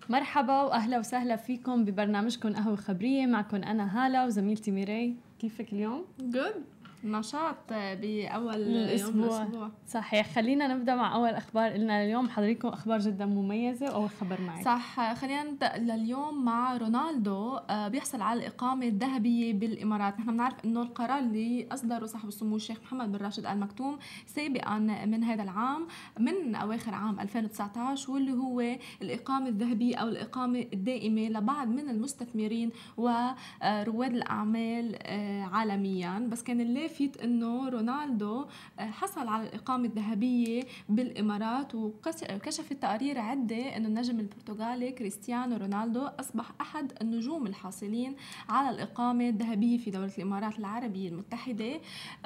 مرحبا واهلا وسهلا فيكم ببرنامجكم قهوة خبرية. معكم انا هالة وزميلتي ميري. كيفك اليوم؟ جود نشاط بأول يوم الاسبوع الأسبوع. صحيح. خلينا نبدا مع اول اخبار لنا اليوم. حضريكم اخبار جدا مميزه واول خبر معك. صح، خلينا نبدأ لليوم مع رونالدو. بيحصل على الإقامة الذهبية بالإمارات. نحن بنعرف إنه القرار اللي أصدره صاحب السمو الشيخ محمد بن راشد آل مكتوم سابقا من هذا العام، من أواخر عام 2019، واللي هو الإقامة الذهبية أو الإقامة الدائمة لبعض من المستثمرين ورواد الأعمال عالميا. بس كان اللافت إنه رونالدو حصل على الإقامة الذهبية بالإمارات، وكشفت تقارير عدة أنه النجم البرتغالي كريستيانو رونالدو أصبح أحد النجوم الحاصلين على الإقامة الذهبية في دولة الإمارات العربية المتحدة.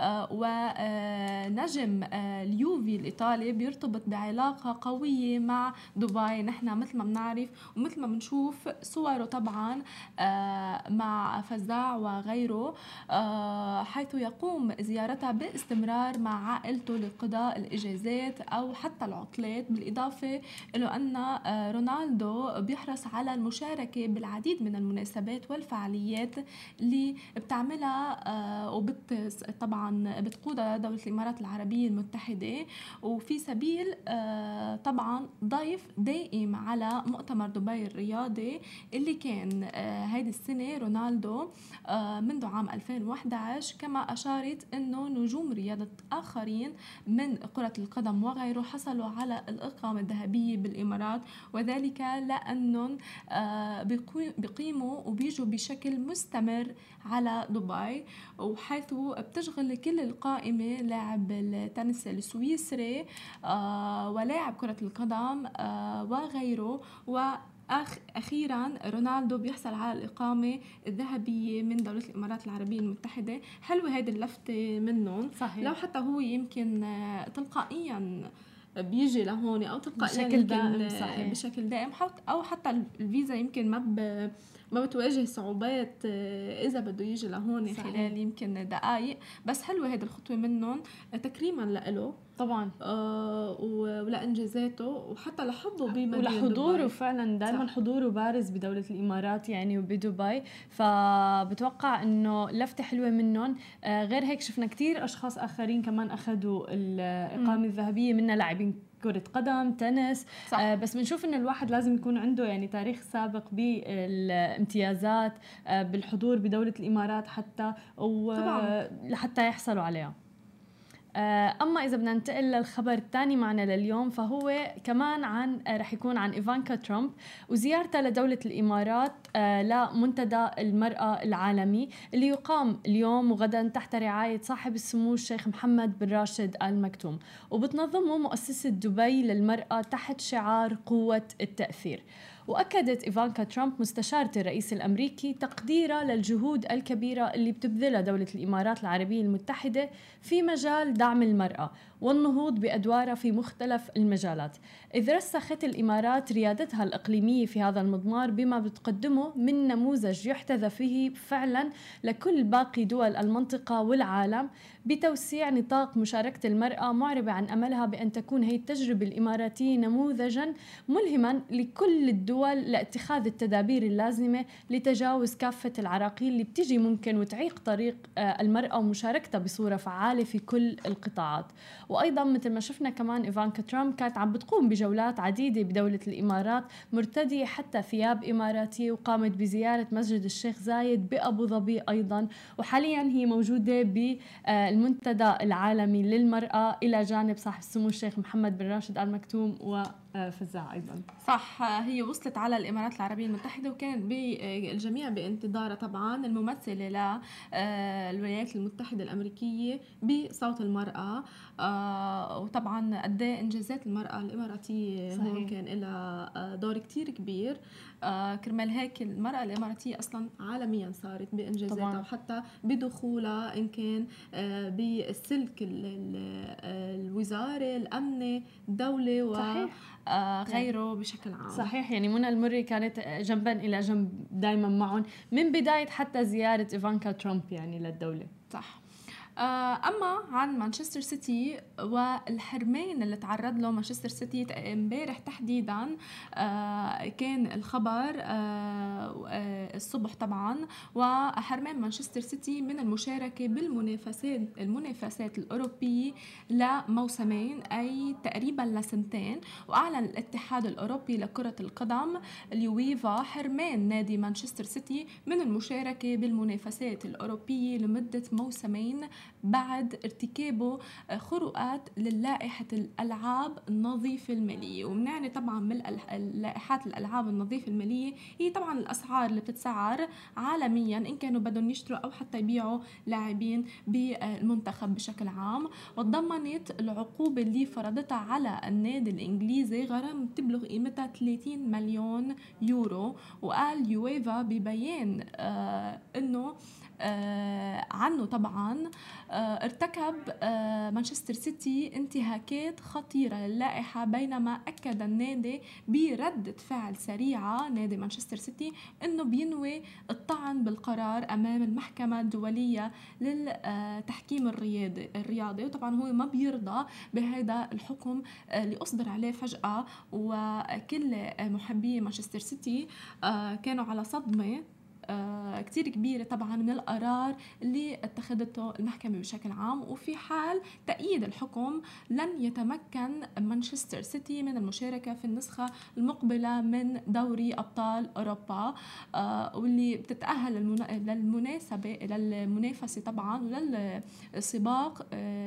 ونجم اليوفي الإيطالي بيرتبط بعلاقة قوية مع دبي. نحن مثل ما بنعرف ومثل ما بنشوف صوره طبعا مع فزاع وغيره، حيث يقوم زيارتها باستمرار مع عائلته لقضاء الإجازات أو حتى العطلات. بالإضافة إلى أن رونالدو بيحرص على المشاركة بالعديد من المناسبات والفعاليات اللي بتعملها طبعا بتقودها دولة الإمارات العربية المتحدة، وفي سبيل طبعا ضيف دائم على مؤتمر دبي الرياضي اللي كان هيدي السنة رونالدو منذ عام 2011. كما أشارت أنه نجوم رياضة آخرين من كرة القدم وغيره حصلوا على الإقامة الذهبية بالإمارات، وذلك لأنهم بيقيموا وبيجوا بشكل مستمر على دبي، وحيث بتشغل كل القائمة لاعب التنس السويسري ولاعب كرة القدم وغيره. أخيرا رونالدو بيحصل على الإقامة الذهبية من دولة الإمارات العربية المتحدة. حلوة هيدي اللفتة منهم. صحيح. لو حتى هو يمكن تلقائيا بيجي لهون أو تلقائيا بشكل دائم. صحيح. بشكل دائم، أو حتى الفيزا يمكن ما بتواجه صعوبات إذا بده يجي لهون خلال يمكن دقائق. بس حلوة هيدي الخطوة منهم تكريما لإله طبعا ولإنجازاته وحتى لحبه بمدينة ولحضوره دبي. فعلا دائما صح. حضوره بارز بدولة الإمارات يعني وبدبي، فبتوقع إنه لفتة حلوة منهم. غير هيك شفنا كتير أشخاص آخرين كمان أخذوا الإقامة الذهبية، منها لاعبين كرة قدم، تنس. بس بنشوف إنه الواحد لازم يكون عنده يعني تاريخ سابق بالامتيازات بالحضور بدولة الإمارات حتى لحتى يحصلوا عليها. أما إذا بدنا ننتقل للخبر الثاني معنا لليوم، فهو كمان رح يكون عن إيفانكا ترامب وزيارتها لدولة الإمارات لمنتدى المرأة العالمي اللي يقام اليوم وغدا تحت رعاية صاحب السمو الشيخ محمد بن راشد آل مكتوم، وبتنظمه مؤسسة دبي للمرأة تحت شعار قوة التأثير. وأكدت إيفانكا ترامب مستشارة الرئيس الأمريكي تقديرها للجهود الكبيرة اللي بتبذلها دولة الإمارات العربية المتحدة في مجال دعم المرأة والنهوض بأدوارها في مختلف المجالات، إذ رسخت الإمارات ريادتها الإقليمية في هذا المضمار بما بتقدمه من نموذج يحتذى فيه فعلا لكل باقي دول المنطقة والعالم بتوسيع نطاق مشاركة المرأة، معربة عن أملها بأن تكون هي التجربة الإماراتية نموذجا ملهما لكل الدول لاتخاذ التدابير اللازمة لتجاوز كافة العراقيل اللي بتجي ممكن وتعيق طريق المرأة ومشاركتها بصورة فعالة في كل القطاعات. وأيضا مثل ما شفنا كمان إيفانكا ترامب كانت عم بتقوم بجولات عديدة بدولة الإمارات مرتدية حتى ثياب إماراتية، وقامت بزيارة مسجد الشيخ زايد بأبو ظبي أيضا، وحاليا هي موجودة بالمنتدى العالمي للمرأة إلى جانب صاحب السمو الشيخ محمد بن راشد آل مكتوم وفزاع أيضا. صح، هي وصلت على الإمارات العربية المتحدة وكانت بالجميع بانتظارها طبعا الممثلة للولايات المتحدة الأمريكية بصوت المرأة. وطبعا قد ايه إنجازات المرأة الإماراتية هون كان لها دور كتير كبير. كرمال هيك المرأة الإماراتية أصلا عالميا صارت بإنجازاتها وحتى بدخولها إن كان بالسلك الوزارة الأمن الدولة وغيره بشكل عام. صحيح، يعني منى المري كانت جنبا إلى جنب دايما معهم من بداية حتى زيارة إيفانكا ترامب يعني للدولة. صح. اما عن مانشستر سيتي والحرمان اللي تعرض له مانشستر سيتي امبارح تحديدا، كان الخبر الصبح طبعا، وحرمان مانشستر سيتي من المشاركة بالمنافسات الأوروبية لموسمين، أي تقريبا لسنتين. وأعلن الاتحاد الأوروبي لكرة القدم اليويفا حرمان نادي مانشستر سيتي من المشاركة بالمنافسات الأوروبية لمدة موسمين بعد ارتكابه خروقات للائحة الألعاب النظيفة المالية. ومنعني طبعا من لائحات الألعاب النظيفة المالية هي طبعا الأسعار اللي بتتسعر عالميا إن كانوا بدهم يشتروا أو حتى يبيعوا لاعبين بالمنتخب بشكل عام. وتضمنت العقوبة اللي فرضتها على النادي الإنجليزي غرامة تبلغ قيمتها 30 مليون يورو. وقال يويفا ببيان إنه عنه طبعا ارتكب مانشستر سيتي انتهاكات خطيرة للائحة، بينما أكد النادي بردة فعل سريعة نادي مانشستر سيتي أنه بينوي الطعن بالقرار أمام المحكمة الدولية للتحكيم الرياضي. وطبعا هو ما بيرضى بهذا الحكم اللي أصدر عليه فجأة، وكل محبي مانشستر سيتي كانوا على صدمة كتير كبيرة طبعا من القرار اللي اتخذته المحكمة بشكل عام. وفي حال تأييد الحكم لن يتمكن مانشستر سيتي من المشاركة في النسخة المقبلة من دوري أبطال أوروبا، واللي بتتأهل للمنافسة طبعا وللسباق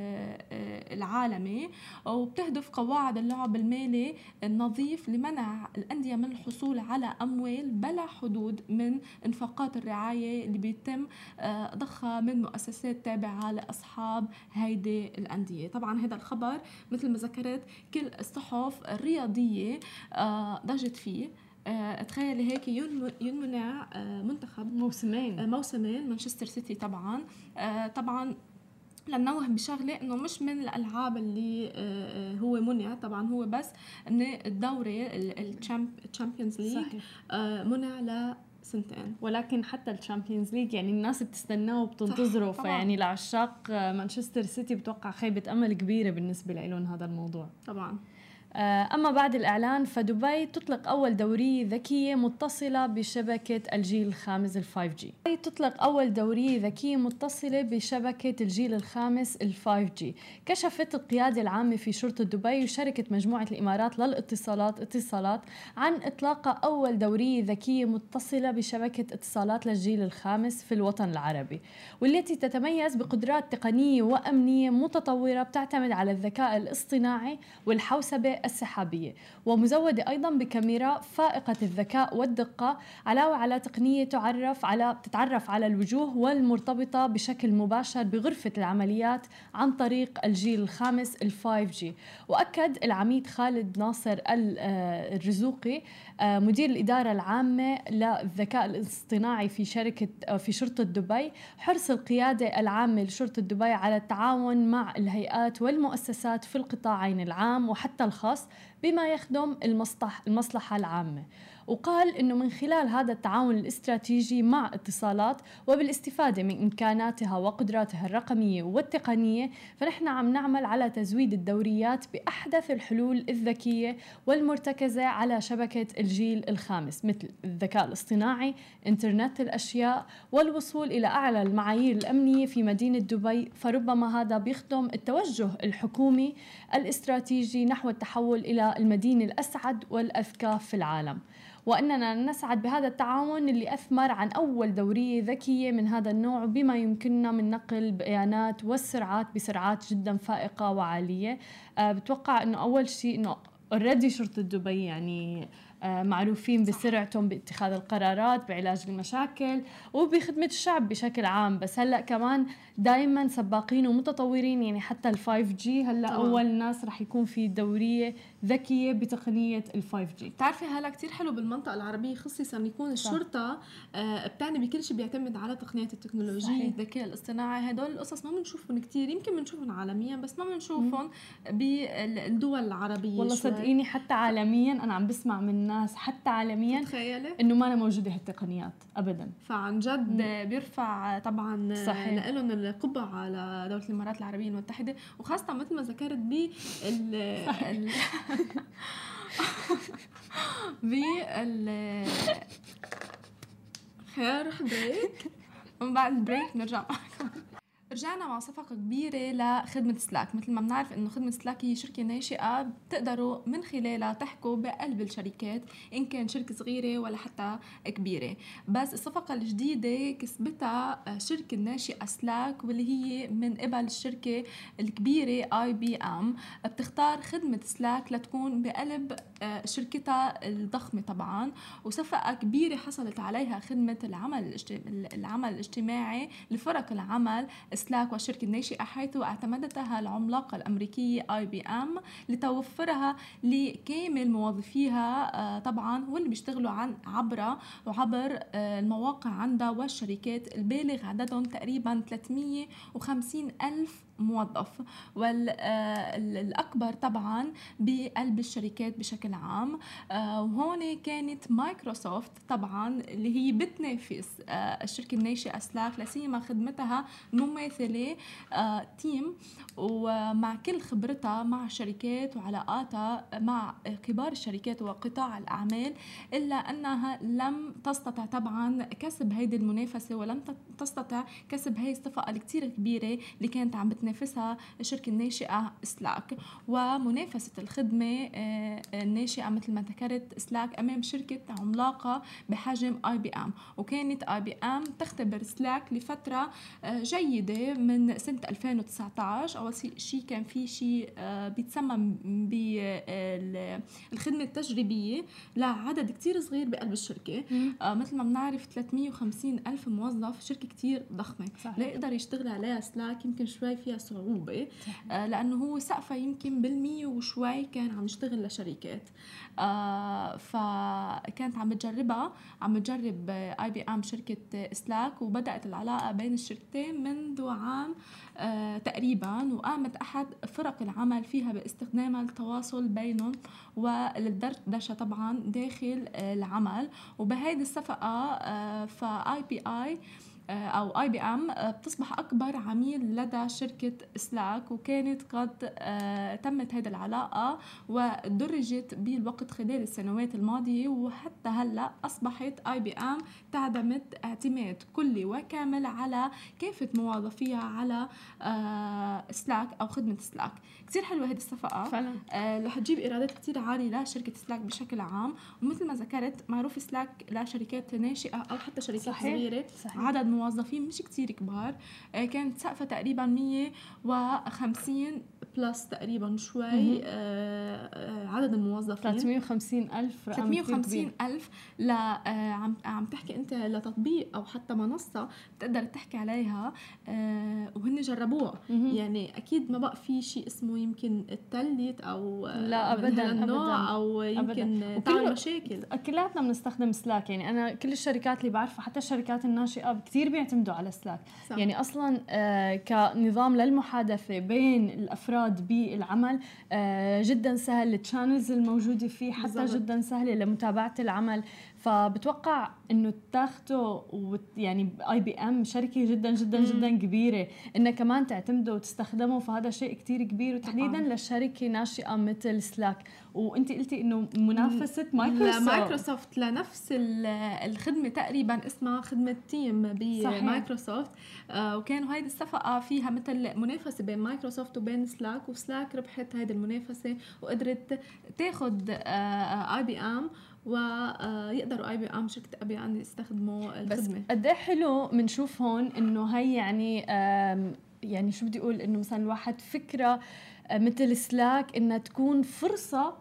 العالمي، وبتهدف قواعد اللعب المالي النظيف لمنع الأندية من الحصول على أموال بلا حدود من انفاقات الرعاية اللي بيتم ضخها من مؤسسات تابعة لأصحاب هيدي الأندية. طبعا هذا الخبر مثل ما ذكرت كل الصحف الرياضية ضجت فيه. تخيلي هيك ينمنع منتخب موسمين مانشستر سيتي. طبعا لنوه بشغله انه مش من الالعاب اللي هو منع، طبعا هو بس ان الدوري الشامبيونز ليج منع سنتين. ولكن حتى الشامبيونز ليج يعني الناس بتستناه وبتنتظره، فيعني لعشاق مانشستر سيتي بتوقع خيبة أمل كبيرة بالنسبة لهم هذا الموضوع طبعا. أما بعد الإعلان فدبي تطلق أول دورية ذكية متصلة بشبكة الجيل الخامس 5G. دبي تطلق أول دورية ذكية متصلة بشبكة الجيل الخامس 5G. كشفت القيادة العامة في شرطة دبي وشركة مجموعة الإمارات للاتصالات عن إطلاق أول دورية ذكية متصلة بشبكة اتصالات للجيل الخامس في الوطن العربي، والتي تتميز بقدرات تقنية وأمنية متطورة بتعتمد على الذكاء الاصطناعي والحوسبة السحابية، ومزودة أيضا بكاميرا فائقة الذكاء والدقة، علاوة على تقنية تتعرف على الوجوه والمرتبطة بشكل مباشر بغرفة العمليات عن طريق الجيل الخامس 5G. وأكد العميد خالد ناصر الرزوقي مدير الإدارة العامة للذكاء الاصطناعي في شرطة دبي حرص القيادة العامة لشرطة دبي على التعاون مع الهيئات والمؤسسات في القطاعين العام وحتى الخاص بما يخدم المصلحة العامة. وقال إنه من خلال هذا التعاون الاستراتيجي مع اتصالات وبالاستفادة من إمكاناتها وقدراتها الرقمية والتقنية، فنحن عم نعمل على تزويد الدوريات بأحدث الحلول الذكية والمرتكزة على شبكة الجيل الخامس مثل الذكاء الاصطناعي، إنترنت الأشياء، والوصول إلى أعلى المعايير الأمنية في مدينة دبي. فربما هذا بيخدم التوجه الحكومي الاستراتيجي نحو التحول إلى المدينة الأسعد والأذكى في العالم، وأننا نسعد بهذا التعاون اللي أثمر عن أول دورية ذكية من هذا النوع بما يمكننا من نقل بيانات والسرعات بسرعات جدا فائقة وعالية. بتوقع أنه أول شيء أنه already شرطة دبي يعني معروفين بسرعتهم باتخاذ القرارات بعلاج المشاكل وبخدمة الشعب بشكل عام، بس هلأ كمان دايما سباقين ومتطورين. يعني حتى 5G هلأ أول ناس رح يكون في دورية ذكيه بتقنيه ال 5G. بتعرفي هلا كتير حلو بالمنطقه العربيه خصيصا يكون الشرطه بتعني بكل شيء بيعتمد على تقنيات التكنولوجيا، الذكاء الاصطناعي. هدول القصص ما بنشوفهم كتير، يمكن بنشوفهم عالميا بس ما بنشوفهم بالدول العربيه. والله صدقيني حتى عالميا انا عم بسمع من ناس حتى عالميا تخيلي انه ما موجوده هالتقنيات ابدا. فعن جد بيرفع طبعا لهم القبعه على دوله الامارات العربيه المتحده، وخاصه مثل ما ذكرت خير رح بريك ومن بعد البريك نرجع معكم. رجعنا مع صفقة كبيرة لخدمة سلاك. مثل ما بنعرف انه خدمة سلاك هي شركة ناشئة بتقدروا من خلالها تحكوا بقلب الشركات ان كان شركة صغيرة ولا حتى كبيرة. بس الصفقة الجديدة كسبتها شركة ناشئة سلاك واللي هي من قبل الشركة الكبيرة IBM. بتختار خدمة سلاك لتكون بقلب شركتها الضخمة طبعا، وصفقة كبيرة حصلت عليها خدمة العمل الاجتماعي لفرق العمل سلاك والشركة الناشئة، حيث اعتمدتها العملاقة الأمريكية IBM لتوفرها لكامل موظفيها طبعا واللي بيشتغلوا عبر المواقع عندها والشركات البالغ عددهم تقريبا 350 ألف موظف، والأكبر طبعا بقلب الشركات بشكل عام. وهون كانت مايكروسوفت طبعا اللي هي بتنافس الشركة الناشئة سلاك لسيما خدمتها مماثلة تيم، ومع كل خبرتها مع الشركات وعلاقاتها مع كبار الشركات وقطاع الأعمال، إلا أنها لم تستطع طبعا كسب هيدي المنافسة ولم تستطع كسب هاي الصفقة الكتير كبيرة اللي كانت عم بتنافسها الشركة الناشئة سلاك. ومنافسة الخدمة الناشئة مثل ما ذكرت سلاك أمام شركة عملاقة بحجم IBM، وكانت IBM تختبر سلاك لفترة جيدة من سنة 2019. أول شيء كان في شيء بيتسمى بالخدمة التجريبية لعدد كتير صغير بقلب الشركة. مثل ما بنعرف 350 ألف موظف، شركة كتير ضخمة. لا يقدر يشتغل عليها سلاك يمكن شوي فيها صعوبة، لأنه هو سقفه يمكن بالمية وشوي كان عم يشتغل لشركات. فكانت عم تجرب IBM شركة سلاك، وبدأت العلاقة بين الشركتين منذ عام تقريبا، وقامت أحد فرق العمل فيها باستخدام التواصل بينهم والدردشة طبعا داخل العمل. وبهيدي الصفقة IBM بتصبح أكبر عميل لدى شركة سلاك، وكانت قد تمت هذه العلاقة ودرجت بالوقت خلال السنوات الماضية، وحتى هلأ أصبحت IBM تعتمد اعتماد كلي وكامل على كافة موظفيها على سلاك أو خدمة سلاك. كتير حلوة هذه الصفقة فعلا، رح تجيب إيرادات كتير عالية لشركة سلاك بشكل عام. ومثل ما ذكرت معروف سلاك لشركات ناشئة أو حتى شركات صغيرة عدد موظفين مش كتير كبار. كانت سقفة تقريبا 150 بلس تقريبا شوي عدد الموظفين 350 ألف. عم تحكي أنت لتطبيق أو حتى منصة تقدر تحكي عليها وهن جربوها. يعني أكيد ما بقى في شيء اسمه يمكن التلت أو لا أبدا أو يمكن تعمل مشاكل. كلاتنا بنستخدم سلاك. يعني أنا كل الشركات اللي بعرفها حتى الشركات الناشئة كتير بيعتمدوا على سلاك. صح. يعني أصلا كنظام للمحادثة بين الأفراد بالعمل جدا سهل، التشانلز الموجودة فيه حتى بالزبط. جدا سهلة لمتابعة العمل. فبتوقع انه تاخده يعني IBM شركه جدا جدا جدا كبيره انها كمان تعتمده وتستخدمه، فهذا شيء كتير كبير، وتحديدا لشركه ناشئه مثل سلاك. وانت قلتي انه منافسه مايكروسوفت لنفس الخدمه تقريبا اسمها خدمه تيم بمايكروسوفت. وكانوا هيدي الصفقه فيها مثل منافسه بين مايكروسوفت وبين سلاك، وسلاك ربحت هيدي المنافسه وقدرت تاخد IBM، ويقدروا IBM شركة IBM يستخدموا الخدمة. بس قد ايه حلو بنشوف هون انه هي يعني شو بدي اقول، انه مثلا الواحد فكرة مثل سلاك انها تكون فرصة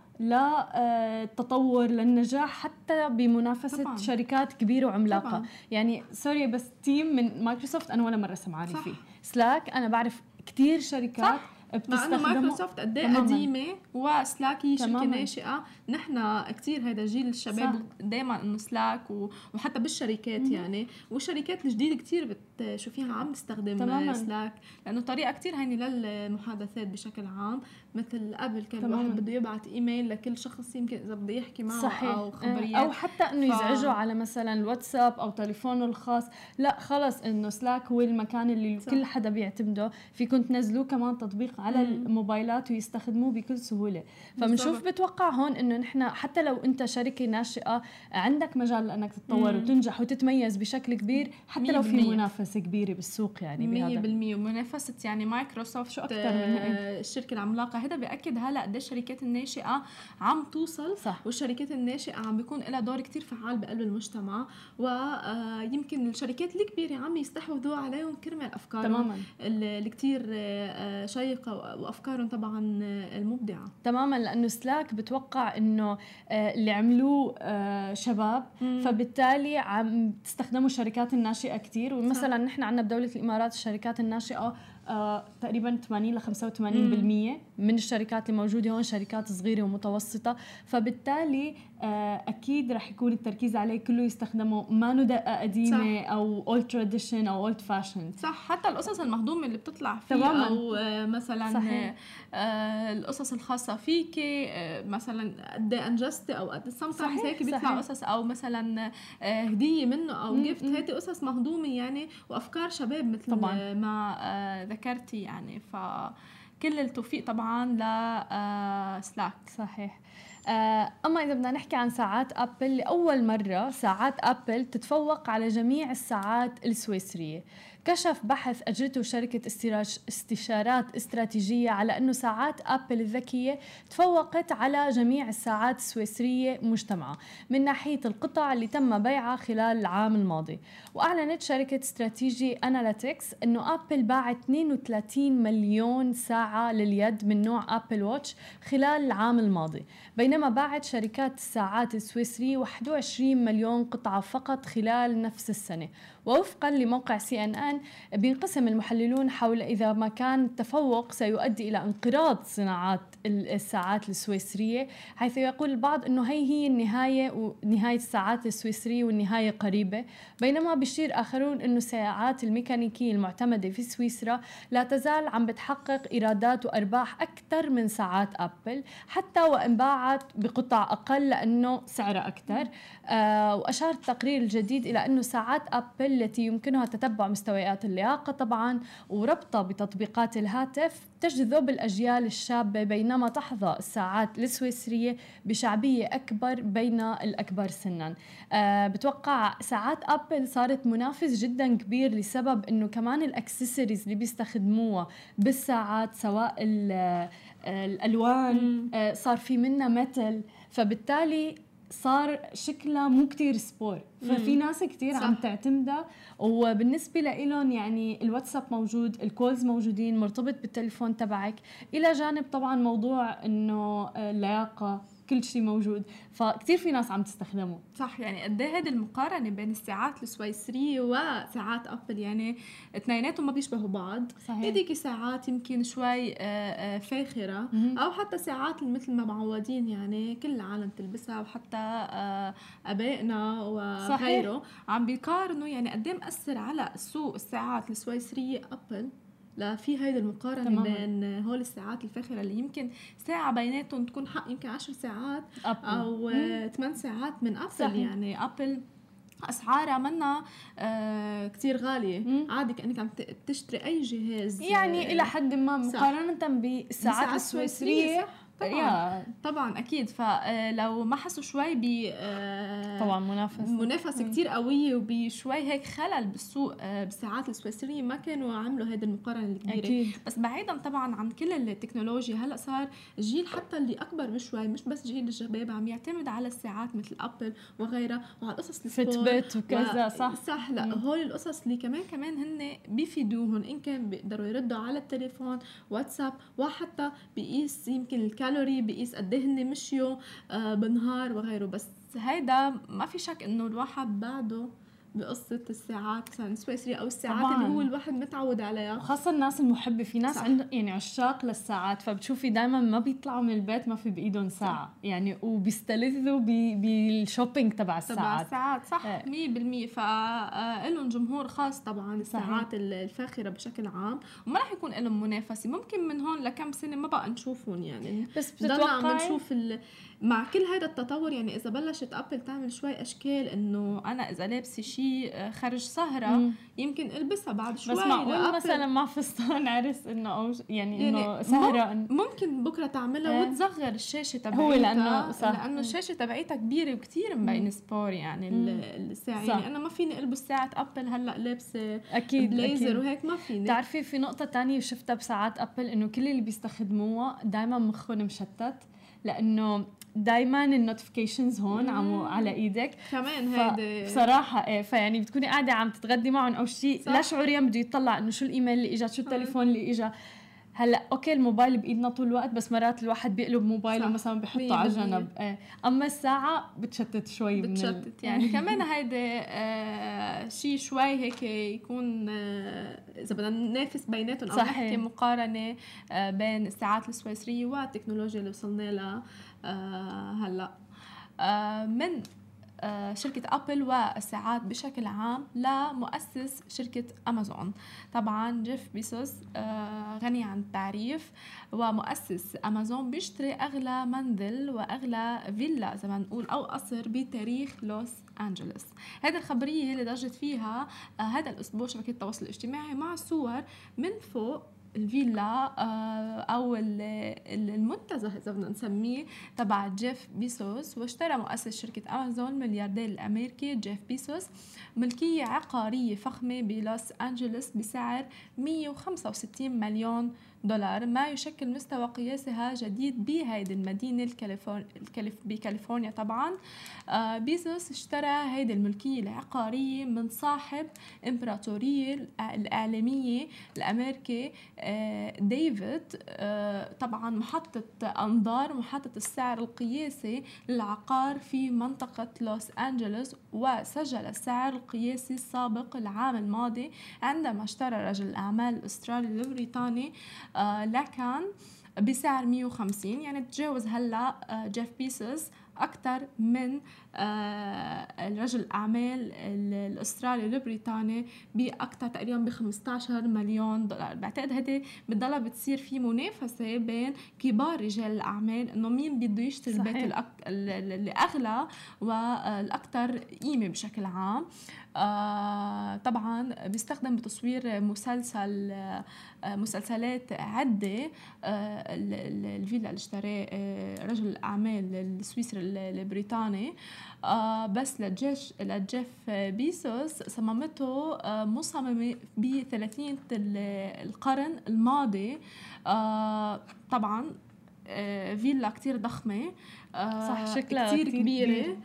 للتطور للنجاح حتى بمنافسة طبعاً. شركات كبيرة وعملاقة طبعاً. يعني سوري بس تيم من مايكروسوفت أنا ولا مرة سمعاني فيه. سلاك أنا بعرف كتير شركات مع انه مايكروسوفت قد ايه قديمه وسلاك هي شركه ناشئه. نحن كثير هذا جيل الشباب دائما انه سلاك وحتى بالشركات يعني، والشركات الجديده كثير بتشوفيها عم تستخدم سلاك لانه طريقه كثير هينه للمحادثات بشكل عام. مثل قبل كان الواحد بده يبعث ايميل لكل شخص يمكن اذا بده يحكي معه صحيح. او خبريات او حتى انه يزعجوا على مثلا الواتساب او تليفونه الخاص، لا خلص انه سلاك هو المكان اللي صح. كل حدا بيعتمده، فيكم تنزلوه كمان تطبيق على الموبايلات ويستخدموه بكل سهوله. فبنشوف بتوقع هون انه نحن حتى لو انت شركه ناشئه عندك مجال لانك تتطور وتنجح وتتميز بشكل كبير، حتى لو في منافسه كبيره بالسوق يعني 100%. ومنافسه يعني مايكروسوفت شو اكثر من الشركه العملاقه. هذا بياكد هلا قد الشركات الناشئه عم توصل صح. والشركات الناشئه عم بيكون لها دور كتير فعال بقلب المجتمع، ويمكن الشركات الكبيره عم يستحوذوا عليهم كرمال افكارهم اللي كتير شيقه وافكارهم طبعا المبدعه تماما. لانه سلاك بتوقع انه اللي عملوه شباب، فبالتالي عم تستخدموا الشركات الناشئه كتير. ومثلا نحن عندنا بدوله الامارات الشركات الناشئه تقريبا 80 ل 85% من الشركات الموجوده هون شركات صغيره ومتوسطه، فبالتالي اكيد رح يكون التركيز عليه كله يستخدموا ما دقه قديمه صح. او اولد تراديشن او اولد فاشن صح. حتى القصص المهضومه اللي بتطلع فيه او مثلا القصص الخاصه فيك مثلا قد انجزتي او قد سمتايمز هيك بيطلع قصص او مثلا هديه منه او جيفت. هذه قصص مهضومه يعني وافكار شباب مثل طبعاً. ما ذكرتي يعني. فكل التوفيق طبعا لسلاك. صحيح. أما إذا بدنا نحكي عن ساعات أبل، لأول مرة ساعات أبل تتفوق على جميع الساعات السويسرية. كشف بحث أجرته شركة استشارات استراتيجية على أنه ساعات أبل الذكية تفوقت على جميع الساعات السويسرية مجتمعة من ناحية القطع اللي تم بيعها خلال العام الماضي. وأعلنت شركة استراتيجي أناليتكس أنه أبل باعت 32 مليون ساعة لليد من نوع أبل واتش خلال العام الماضي، بينما باعت شركات الساعات السويسرية 21 مليون قطعة فقط خلال نفس السنة. ووفقا لموقع CNN بينقسم المحللون حول إذا ما كان التفوق سيؤدي إلى انقراض صناعات الساعات السويسرية، حيث يقول البعض أنه هي النهاية ونهاية الساعات السويسرية والنهاية قريبة، بينما بيشير آخرون أنه الساعات الميكانيكية المعتمدة في سويسرا لا تزال عم بتحقق إيرادات وأرباح أكثر من ساعات أبل، حتى وإن باعت بقطع أقل لأنه سعرها أكثر. وأشار التقرير الجديد إلى أنه ساعات أبل التي يمكنها تتبع مستويات اللياقة طبعا وربطها بتطبيقات الهاتف تجذب الأجيال الشابة، بينما تحظى الساعات السويسرية بشعبية أكبر بين الأكبر سنا. بتوقع ساعات أبل صارت منافس جدا كبير لسبب أنه كمان الأكسسوارز اللي بيستخدموها بالساعات سواء الألوان صار في منها ميتال، فبالتالي صار شكلها مو كتير سبور، ففي ناس كتير عم تعتمدها. وبالنسبة لإلهم يعني الواتساب موجود، الكولز موجودين، مرتبط بالتليفون تبعك، إلى جانب طبعا موضوع إنه اللياقة كل شيء موجود، فكتير في ناس عم تستخدمه. صح. يعني قد ايه هذه المقارنه بين الساعات السويسريه وساعات ابل، يعني اثنيناتهم ما بيشبهوا بعض. هذيك ساعات يمكن شوي فاخره او حتى ساعات مثل ما معودين يعني كل العالم تلبسها وحتى ابائنا وغيره. عم بيقارنوا يعني قد ايه مأثر على سوق الساعات السويسريه ابل. لا في هيدا المقارنة تماماً. بين هول الساعات الفاخرة اللي يمكن ساعة بيناتهم تكون حق يمكن 10 ساعات أبل. أو 8 ساعات من أبل. صحيح. يعني أبل أسعارها منا كتير غالية. عادي كأنك عم تشتري أي جهاز يعني إلى حد ما مقارنة بالساعات السويسرية. طبعا اكيد. فلو ما حسوا شوي طبعا منافسه كتير قويه وبشوي هيك خلل بالسوق بالساعات السويسريه ما كانوا عملوا هيدا المقارنه الكبيره أكيد. بس بعيدا طبعا عن كل التكنولوجيا، هلا صار الجيل حتى اللي اكبر بشوي، مش بس جيل الشباب، عم يعتمد على الساعات مثل ابل وغيرها وعلى قصص فيتبت وكذا. صح. لا هول القصص اللي كمان هن بيفيدوهم، ان كان بيقدروا يردوا على التليفون، واتساب، وحتى بيقيس يمكن الكالوري، بيقيس قد ايه هن مشيوا بالنهار وغيره. بس هيدا ما في شك انه الواحد بعده بقصة الساعات مثلا السويسرية أو الساعات طبعاً. اللي هو الواحد متعود عليها. وخاصة الناس المحبة، في ناس عندهم يعني عشاق للساعات، فبتشوفي دايما ما بيطلعوا من البيت ما في بإيدهم ساعة يعني، وبيستلذوا بالشوبينج تبع الساعات. صح 100%. فإلهم جمهور خاص طبعا الساعات الفاخرة بشكل عام، وما رح يكون لهم منافسة. ممكن من هون لكم سنة ما بقى نشوفهم يعني، بس بتضلنا عم بتتوقعي نشوف مع كل هذا التطور يعني. إذا بلشت أبل تعمل شوي أشكال إنه أنا إذا لابسة شيء خارج سهرة يمكن ألبسها بعد شوي. بس معقول مثلا مع فستان عرس إنه أو يعني إنه سهرة ممكن بكرة تعملها وتصغر الشاشة تبعيتها، هو لأنه الشاشة تبعيتها كبيرة وكتير مبين سبور يعني الساعة. يعني أنا ما فيني ألبس ساعة أبل هلأ لابسة أكيد بليزر أكيد. وهيك ما فيني. تعرفي في نقطة تانية شفتها بساعات أبل، إنه كل اللي بيستخدموها دايما مخهم مشتت، لأنه دايما النوتيفيكيشنز هون على ايدك كمان. هيدا بصراحه فيعني بتكوني قاعده عم تتغدي معهم او شيء، لا شعوريا بده يطلع انه شو الايميل اللي اجى، شو التليفون اللي اجى. هلا اوكي الموبايل بايدنا طول الوقت، بس مرات الواحد بيقلب موبايله مثلا بحطه على جنب. اما الساعه بتشتت شوي، بتشتت يعني. كمان هيدا شيء شوي هيك يكون اذا بدنا ننافس بيناتهم او نحكي مقارنه بين الساعات السويسريه والتكنولوجيا اللي وصلنا لها هلا من شركة أبل والساعات بشكل عام لمؤسس شركة أمازون. طبعا جيف بيسوس غني عن التعريف، ومؤسس أمازون بيشتري أغلى منزل وأغلى فيلا زي ما نقول أو قصر بتاريخ لوس أنجلوس. هذه الخبرية اللي ضجت فيها هذا الأسبوع شبكة التواصل الاجتماعي مع صور من فوق الفيلا أو المنتزه إذا بدنا نسميه تبع جيف بيسوس. واشترى مؤسس شركة أمازون الملياردير الأمريكي جيف بيسوس ملكية عقارية فخمة بلوس أنجلوس بسعر 165 مليون دولار، ما يشكل مستوى قياسها جديد بهيدي المدينة بكاليفورنيا. طبعا بيزوس اشترى هيدي الملكية العقارية من صاحب إمبراطورية الإعلامية الأمريكي ديفيد. طبعا محطة أنظار محطة السعر القياسي للعقار في منطقة لوس أنجلوس، وسجل السعر القياسي السابق العام الماضي عندما اشترى رجل الأعمال الأسترالي البريطاني لكان بسعر 150. يعني تجاوز هلا جيف بيسوس أكثر من الرجل الأعمال الأسترالي البريطاني بأكثر تقريبا ب15 مليون دولار. بعتقد هذه بتضلها بتصير في منافسة بين كبار رجال الأعمال إنه مين بده يشتري البيت اللي أغلى والأكثر قيمة بشكل عام. طبعا بيستخدم بتصوير مسلسلات عدة الفيلا اللي اشتراه رجل الأعمال السويسري البريطاني. بس لجيف بيسوس صممته مصممة ب30 القرن الماضي. طبعا فيلا كتير ضخمة، صح شكلها كتير كبيرة.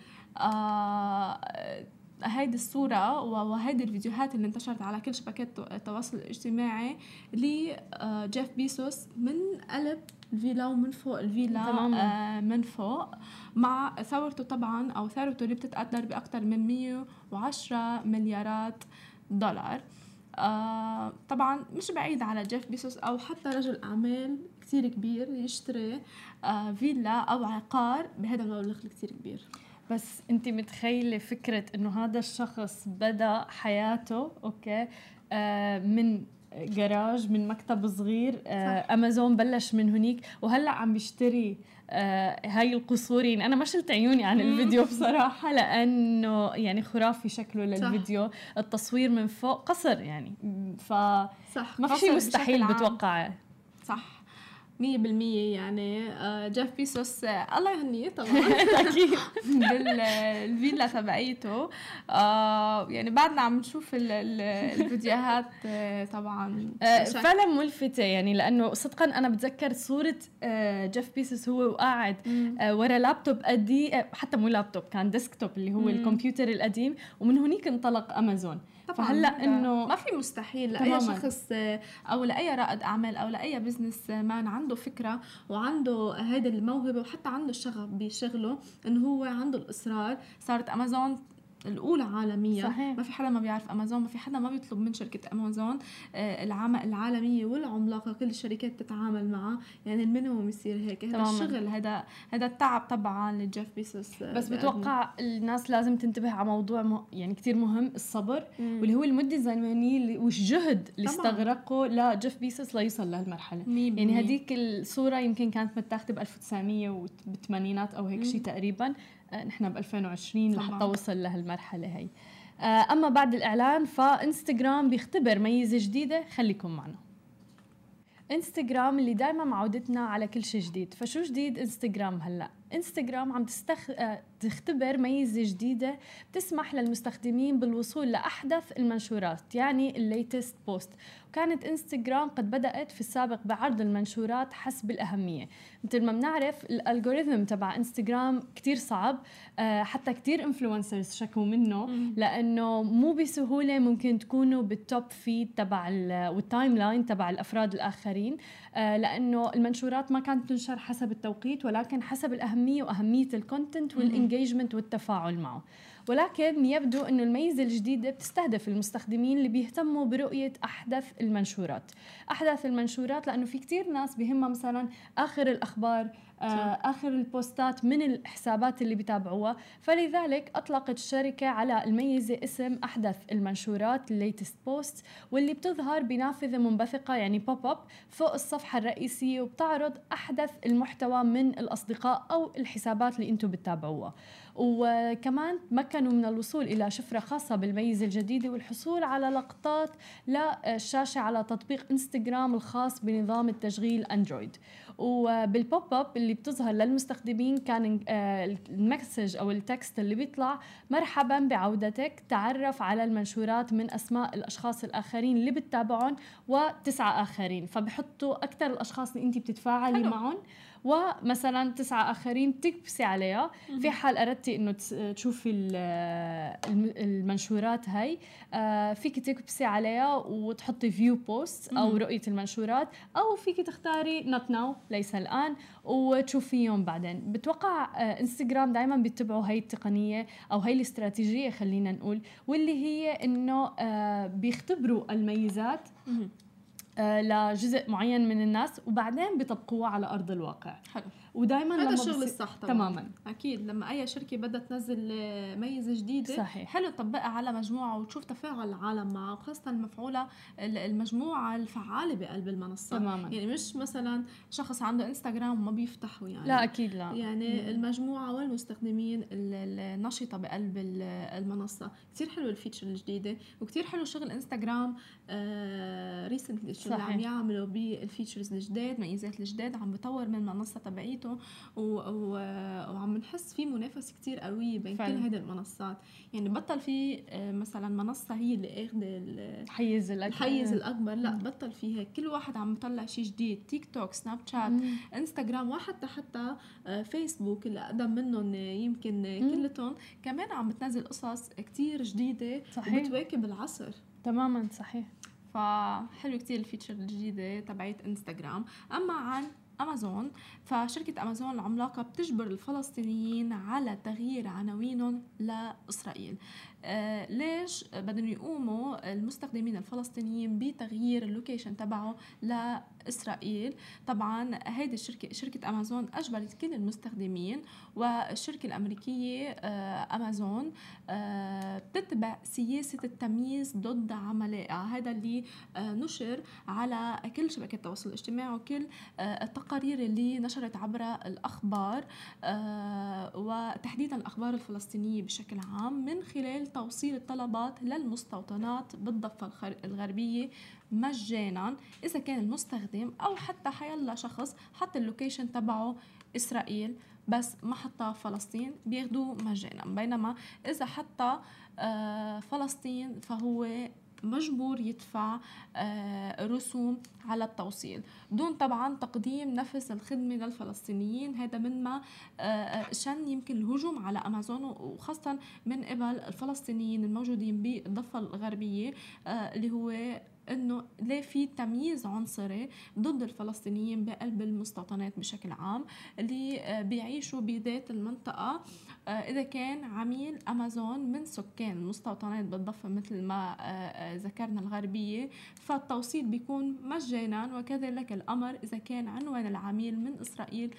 هيدي الصورة وهيدي الفيديوهات اللي انتشرت على كل شبكات التواصل الاجتماعي لجيف بيسوس من قلب الفيلا ومن فوق الفيلا من فوق، مع ثروته طبعا أو ثروته اللي بتتقدر بأكثر من 110 مليارات دولار. طبعا مش بعيد على جيف بيسوس أو حتى رجل أعمال كتير كبير يشتري فيلا أو عقار بهذا المبلغ كتير كبير. بس انت متخيلة فكرة انه هذا الشخص بدأ حياته من جراج، من مكتب صغير. أمازون بلش من هنيك، وهلأ عم بيشتري هاي القصور. يعني أنا ما شلت عيوني عن الفيديو بصراحة، لأنه يعني خرافي شكله للفيديو. التصوير من فوق قصر يعني، فما في شيء مستحيل بتوقعه. صح 100% يعني. جيف بيسوس الله يهنيه طبعا أكيد بالفيلا تبعيته. يعني بعدنا عم نشوف الفيديوهات طبعا فعلا ملفتة يعني، لأنه صدقا أنا بتذكر صورة جيف بيسوس هو وقاعد ورا لابتوب قديم، حتى مو لابتوب كان ديسكتوب اللي هو الكمبيوتر القديم، ومن هناك انطلق أمازون. فهلا انه ما في مستحيل لاي شخص او لاي رائد اعمال او لاي بزنس مان عنده فكره وعنده هيدي الموهبه وحتى عنده الشغف بشغله انه هو عنده الاصرار. صارت امازون الأولى عالميا. صحيح. ما في حدا ما بيعرف أمازون، ما في حدا ما بيطلب من شركة أمازون العالمية والعملاقة، كل الشركات تتعامل معها، يعني المينيموم يصير هيك. هذا الشغل، هذا التعب طبعا لجيف بيسوس. بس بتوقع الناس لازم تنتبه على موضوع يعني كتير مهم، الصبر، واللي هو المدة الزمنية والجهد اللي استغرقه لجيف بيسوس ليوصل لهالمرحلة. يعني هديك الصورة يمكن كانت متاخدة ب1980 أو هيك شيء تقريبا، نحن ب2020 لحتى وصل لهالمرحلة هي. أما بعد الإعلان فإنستغرام بيختبر ميزة جديدة، خليكم معنا. انستغرام اللي دائما معودتنا على كل شيء جديد، فشو جديد انستغرام هلأ؟ انستغرام عم تختبر ميزة جديدة بتسمح للمستخدمين بالوصول لأحدث المنشورات، يعني الليتست بوست. وكانت انستغرام قد بدأت في السابق بعرض المنشورات حسب الأهمية. مثل ما بنعرف الالجوريثم تبع انستغرام كتير صعب، حتى كتير انفلونسرز شكوا منه، لأنه مو بسهولة ممكن تكونوا بالتوب فيد تبع والتايم لاين تبع الأفراد الآخرين، لأنه المنشورات ما كانت تنشر حسب التوقيت ولكن حسب الأهمية وأهمية الكونتنت والإنجيجمنت والتفاعل معه. ولكن يبدو أنه الميزة الجديدة بتستهدف المستخدمين اللي بيهتموا برؤية أحدث المنشورات، لأنه في كتير ناس بيهمها مثلا آخر الأخبار، آخر البوستات من الحسابات اللي بيتابعوها. فلذلك أطلقت الشركة على الميزة اسم أحدث المنشورات latest posts، واللي بتظهر بنافذة منبثقة يعني pop up فوق الصفحة الرئيسية، وبتعرض أحدث المحتوى من الأصدقاء أو الحسابات اللي أنتم بتتابعوها. وكمان تمكنوا من الوصول إلى شفرة خاصة بالميزة الجديدة والحصول على لقطات للشاشة على تطبيق انستغرام الخاص بنظام التشغيل أندرويد. وبالبوب اب اللي بتظهر للمستخدمين كان المسج أو التكست اللي بيطلع: مرحبا بعودتك، تعرف على المنشورات من أسماء الأشخاص الآخرين اللي بتتابعون و9 آخرين. فبحطوا أكثر الأشخاص اللي أنت بتتفاعلي معهم، ومثلا 9 آخرين تكبسي عليها. في حال أردتي إنه تشوفي المنشورات هاي، فيك تكبسي عليها وتحطي فيو بوست أو رؤية المنشورات، أو فيك تختاري not now ليس الآن وتشوفيهم بعدين. بتوقع انستغرام دايما بيتبعوا هاي التقنية أو هاي الاستراتيجية خلينا نقول، واللي هي إنه بيختبروا الميزات لجزء معين من الناس وبعدين بيطبقوها على أرض الواقع. حلو. ودايما هذا الشغل الصح طبعا. تماما. اكيد لما اي شركه بدها تنزل ميزه جديده، صحيح، حلو تطبقها على مجموعه وتشوف تفاعل العالم معها، وخاصه المفعوله المجموعه الفعاله بقلب المنصه. تماما. يعني مش مثلا شخص عنده انستغرام وما بيفتحه، يعني لا اكيد لا، يعني المجموعه والمستخدمين النشطه بقلب المنصه. كتير حلو الفيتشر الجديده، وكتير حلو شغل انستغرام ريسنتلي شو اللي عم يعملوا بالفيتشرز الجداد، ميزات الجداد، عم بطور من المنصه تبعيته، وعم نحس في منافسه كتير قويه بين كل هيدي المنصات. يعني بطل في مثلا منصه هي اللي اخذ الحيز الاكبر، لا بطل فيها، كل واحد عم يطلع شيء جديد. تيك توك، سناب شات، انستغرام، وحتى فيسبوك اللي اقدم منهم يمكن كلتهم كمان عم بتنزل قصص كتير جديده. صحيح. وبتواكب العصر تماما. صحيح. فحلو كتير الفيتشر الجديده تبعت انستغرام. اما عن أمازون، فشركة أمازون العملاقة بتجبر الفلسطينيين على تغيير عناوينهم لإسرائيل. ليش بدهم يقوموا المستخدمين الفلسطينيين بتغيير اللوكيشن تبعه لإسرائيل؟ طبعا هيدي شركة أمازون أجبرت كل المستخدمين، والشركة الأمريكية أمازون بتتبع سياسة التمييز ضد عملائها. هذا اللي نشر على كل شبكة التواصل الاجتماعي وكل التقارير اللي نشرت عبر الأخبار، وتحديدا الأخبار الفلسطينية بشكل عام، من خلال توصيل الطلبات للمستوطنات بالضفة الغربية مجانا، إذا كان المستخدم أو حتى حيلا شخص حط اللوكيشن تبعه إسرائيل بس ما حطها فلسطين بياخدوه مجانا. بينما إذا حتى فلسطين فهو مجبور يدفع رسوم على التوصيل دون طبعا تقديم نفس الخدمة للفلسطينيين. هذا مما شن يمكن الهجوم على أمازون، وخاصة من قبل الفلسطينيين الموجودين بالضفة الغربية، اللي هو إنه ليه في تمييز عنصري ضد الفلسطينيين بقلب المستوطنات بشكل عام اللي بيعيشوا بذات المنطقة. إذا كان عميل أمازون من سكان المستوطنات بالضفة مثل ما ذكرنا الغربية، فالتوصيل بيكون مجانا، وكذلك الأمر إذا كان عنوان العميل من إسرائيل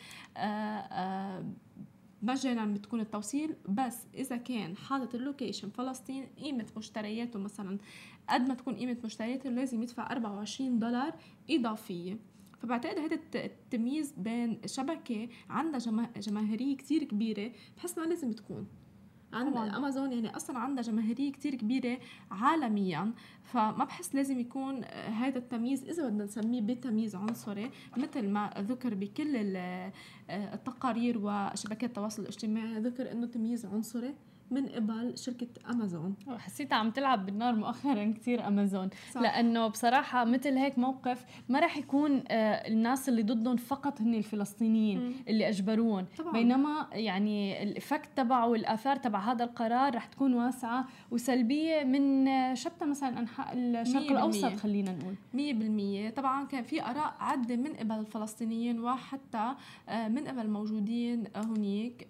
مجانا بتكون التوصيل. بس إذا كان حاطط اللوكيشن فلسطين، قيمة مشترياته مثلا قد ما تكون قيمة مشترياته لازم يدفع $24 إضافية. فبعتقد هذا التمييز بين شبكة عندها جماهيرية كتير كبيرة بحس ما لازم تكون عند أمازون، يعني أصلا عندها جماهيرية كتير كبيرة عالميا، فما بحس لازم يكون هذا التمييز إذا بدنا نسميه بتمييز عنصري مثل ما ذكر بكل التقارير وشبكات التواصل الاجتماعي، ذكر إنه تمييز عنصري من قبل شركة أمازون. حسيتها عم تلعب بالنار مؤخرا كتير أمازون، صح. لأنه بصراحة مثل هيك موقف ما رح يكون الناس اللي ضدهم فقط هن الفلسطينيين اللي أجبروهم طبعاً. بينما يعني الإفكت تبعه والآثار تبع هذا القرار رح تكون واسعة وسلبية من شتى مثلا أنحاء الشرق الأوسط. خلينا نقول 100%. طبعا كان في آراء عدة من قبل الفلسطينيين وحتى من قبل موجودين هناك.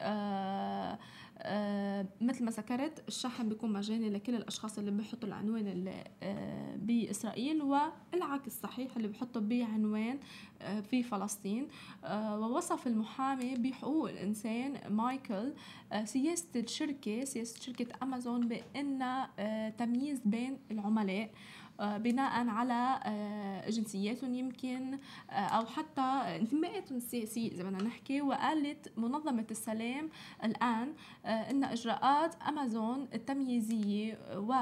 مثل ما ذكرت الشحن بيكون مجاني لكل الأشخاص اللي بيحطوا العنوان اللي بإسرائيل، والعكس صحيح اللي بيحطوا بعنوان في فلسطين. ووصف المحامي بحقوق الإنسان مايكل سياسة شركة أمازون بأن تمييز بين العملاء بناء على جنسياتهم يمكن أو حتى انتماءاتهم السياسية إذا بدنا نحكي. وقالت منظمة السلام الآن إن إجراءات أمازون التمييزية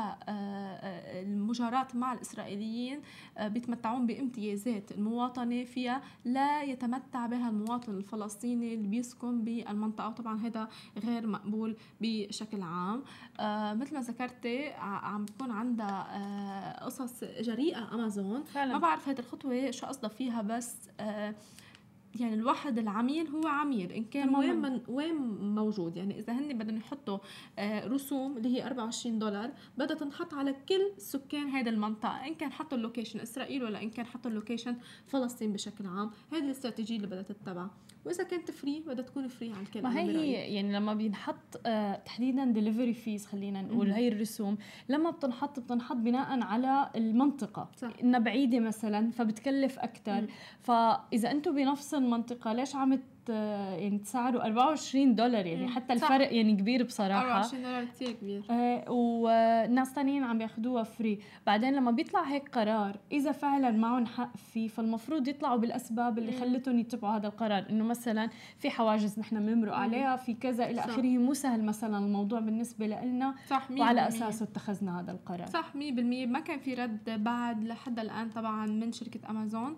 والمجاراة مع الإسرائيليين بيتمتعون بامتيازات المواطنة فيها لا يتمتع بها المواطن الفلسطيني اللي بيسكن بالمنطقة، وطبعا هذا غير مقبول بشكل عام. مثل ما ذكرتي عم بيكون عندها قصص جريئة أمازون فعلا. ما بعرف هذه الخطوة شو قصدها فيها، بس يعني الواحد العميل هو عميل إن كان وين موجود. يعني إذا هني بدهم يحطوا رسوم اللي هي $24 بدها تنحط على كل سكان هذه المنطقة، إن كان حطوا اللوكيشن إسرائيل ولا إن كان حطوا اللوكيشن فلسطين بشكل عام. هذه الاستراتيجية اللي بدها تتبع، وإذا كانت فري بدها تكون فري على الكل. ما هي يعني لما بينحط تحديدا ديليفري فيز خلينا نقول هي الرسوم لما بتنحط بناء على المنطقة. إنها بعيدة مثلا فبتكلف أكتر. فإذا أنتم بنفس المنطقة ليش عم يعني تسعروا $24 يعني حتى الفرق يعني كبير بصراحة. $24 كتير كبير. وناس تانيين عم ياخدوها فري. بعدين لما بيطلع هيك قرار إذا فعلا معهم حق فيه فالمفروض يطلعوا بالأسباب اللي خلتهم يتبعوا هذا القرار، إنه مثلا في حواجز نحن بنمرق عليها في كذا إلى آخره. مو سهل مثلا الموضوع بالنسبة لنا وعلى أساسه اتخذنا هذا القرار. صح 100%. ما كان في رد بعد لحد الآن طبعا من شركة أمازون.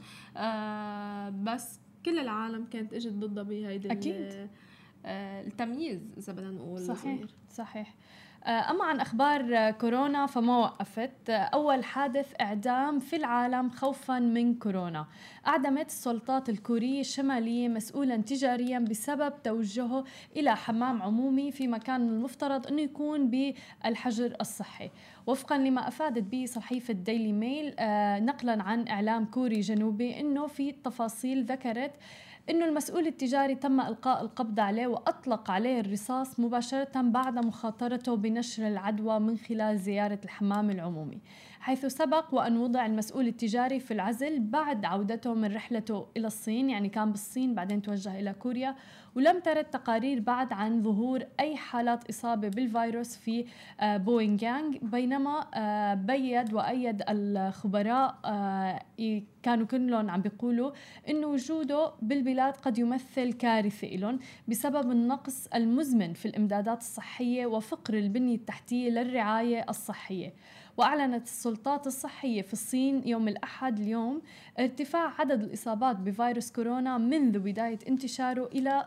بس كل العالم كانت اجت ضدها بهيدا التمييز اذا بدنا نقول. صحيح. أما عن أخبار كورونا فما وقفت. أول حادث إعدام في العالم خوفاً من كورونا. أعدمت السلطات الكورية الشمالية مسؤولاً تجارياً بسبب توجهه إلى حمام عمومي في مكان المفترض أنه يكون بالحجر الصحي، وفقاً لما أفادت به صحيفة ديلي ميل نقلاً عن إعلام كوري جنوبي أنه في تفاصيل ذكرت إنه المسؤول التجاري تم إلقاء القبض عليه وأطلق عليه الرصاص مباشرة بعد مخاطرته بنشر العدوى من خلال زيارة الحمام العمومي، حيث سبق وأن وضع المسؤول التجاري في العزل بعد عودته من رحلته إلى الصين. يعني كان بالصين بعدين توجه إلى كوريا، ولم ترد تقارير بعد عن ظهور أي حالات إصابة بالفيروس في بوينغيانغ. بينما بيد وأيد الخبراء كانوا كلهم عم بيقولوا إنه وجوده بالبلاد قد يمثل كارثة لهم بسبب النقص المزمن في الإمدادات الصحية وفقر البنية التحتية للرعاية الصحية. وأعلنت السلطات الصحية في الصين يوم الأحد اليوم ارتفاع عدد الإصابات بفيروس كورونا منذ بداية انتشاره إلى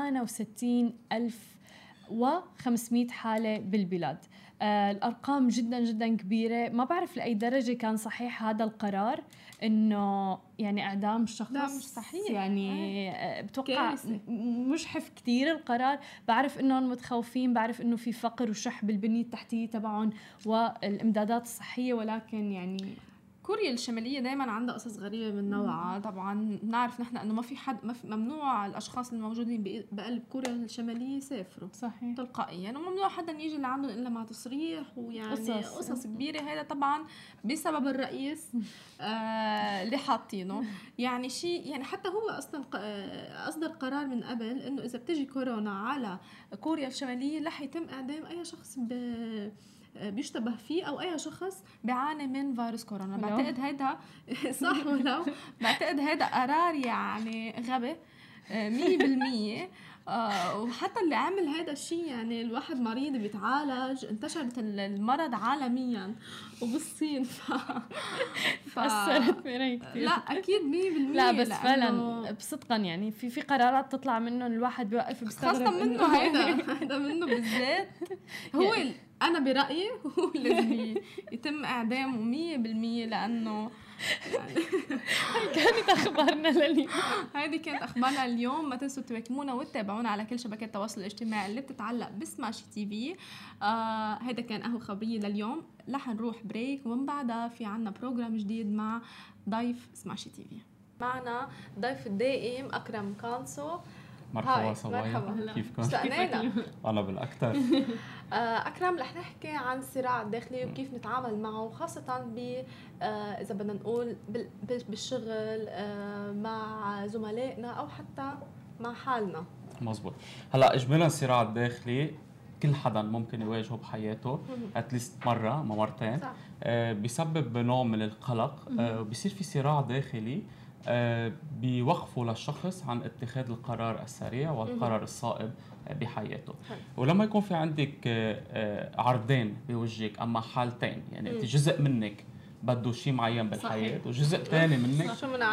68,500 حالة بالبلاد. الأرقام جدا جدا كبيرة. ما بعرف لأي درجة كان صحيح هذا القرار إنه يعني إعدام الشخص. لا مش صحيح يعني بتوقع مجحف كتير القرار. بعرف إنهم متخوفين، بعرف إنه في فقر وشح بالبنية التحتية تبعهم والإمدادات الصحية، ولكن يعني كوريا الشماليه دائما عندها قصص غريبه من نوعها. طبعا بنعرف نحن انه ما في حد ممنوع الاشخاص الموجودين بقلب كوريا الشماليه يسافروا صحيح تلقائيا، وممنوع حدا يجي لعندهم الا مع تصريح، ويعني قصص كبيره. هذا طبعا بسبب الرئيس اللي حاطينه. يعني شيء يعني حتى هو اصلا اصدر قرار من قبل انه اذا بتجي كورونا على كوريا الشماليه رح يتم اعدام اي شخص بيشتبه فيه او اي شخص بيعاني من فيروس كورونا. بعتقد هيدا صح ولو بعتقد هيدا قرار يعني غبي 100%. وحتى اللي عمل هذا الشيء يعني الواحد مريض بيتعالج، انتشرت المرض عالميا وبالصين أثرت فينا كتير. لا اكيد 100%. لا بس فعلا بصدقا يعني في قرارات تطلع منه الواحد بيوقف بيستغرب خاصة منه هيدا منه بالذات. هو انا برأيي هو لازم يتم اعدامه 100% لانه يعني كانت اخبارنا لليوم. هذه كانت اخبارنا اليوم. ما تنسوا تواكبونا وتتابعونا على كل شبكات التواصل الاجتماعي اللي بتتعلق بسماشي تي في. هذا كان قهوة خبرية لليوم. رح نروح بريك ومن بعدها في عنا بروجرام جديد مع ضيف سماشي تي في. معنا ضيف الدائم أكرم كانسو. مرحبا صبايا، كيفكم؟ أنا بالأكثر. أكرم رح نحكي عن الصراع الداخلي وكيف نتعامل معه، خاصة إذا بدنا نقول بالشغل مع زملائنا أو حتى مع حالنا. مزبوط. هلا إجمالا الصراع الداخلي كل حدا ممكن يواجهه بحياته اتليست مرة ما مرتين. بيسبب نوع من القلق. بيصير في صراع داخلي بيوقفوا للشخص عن اتخاذ القرار السريع والقرار الصائب بحياته. ولما يكون في عندك عرضين بوجهك اما حالتين، يعني انت جزء منك بده شيء معين بالحياه وجزء ثاني منك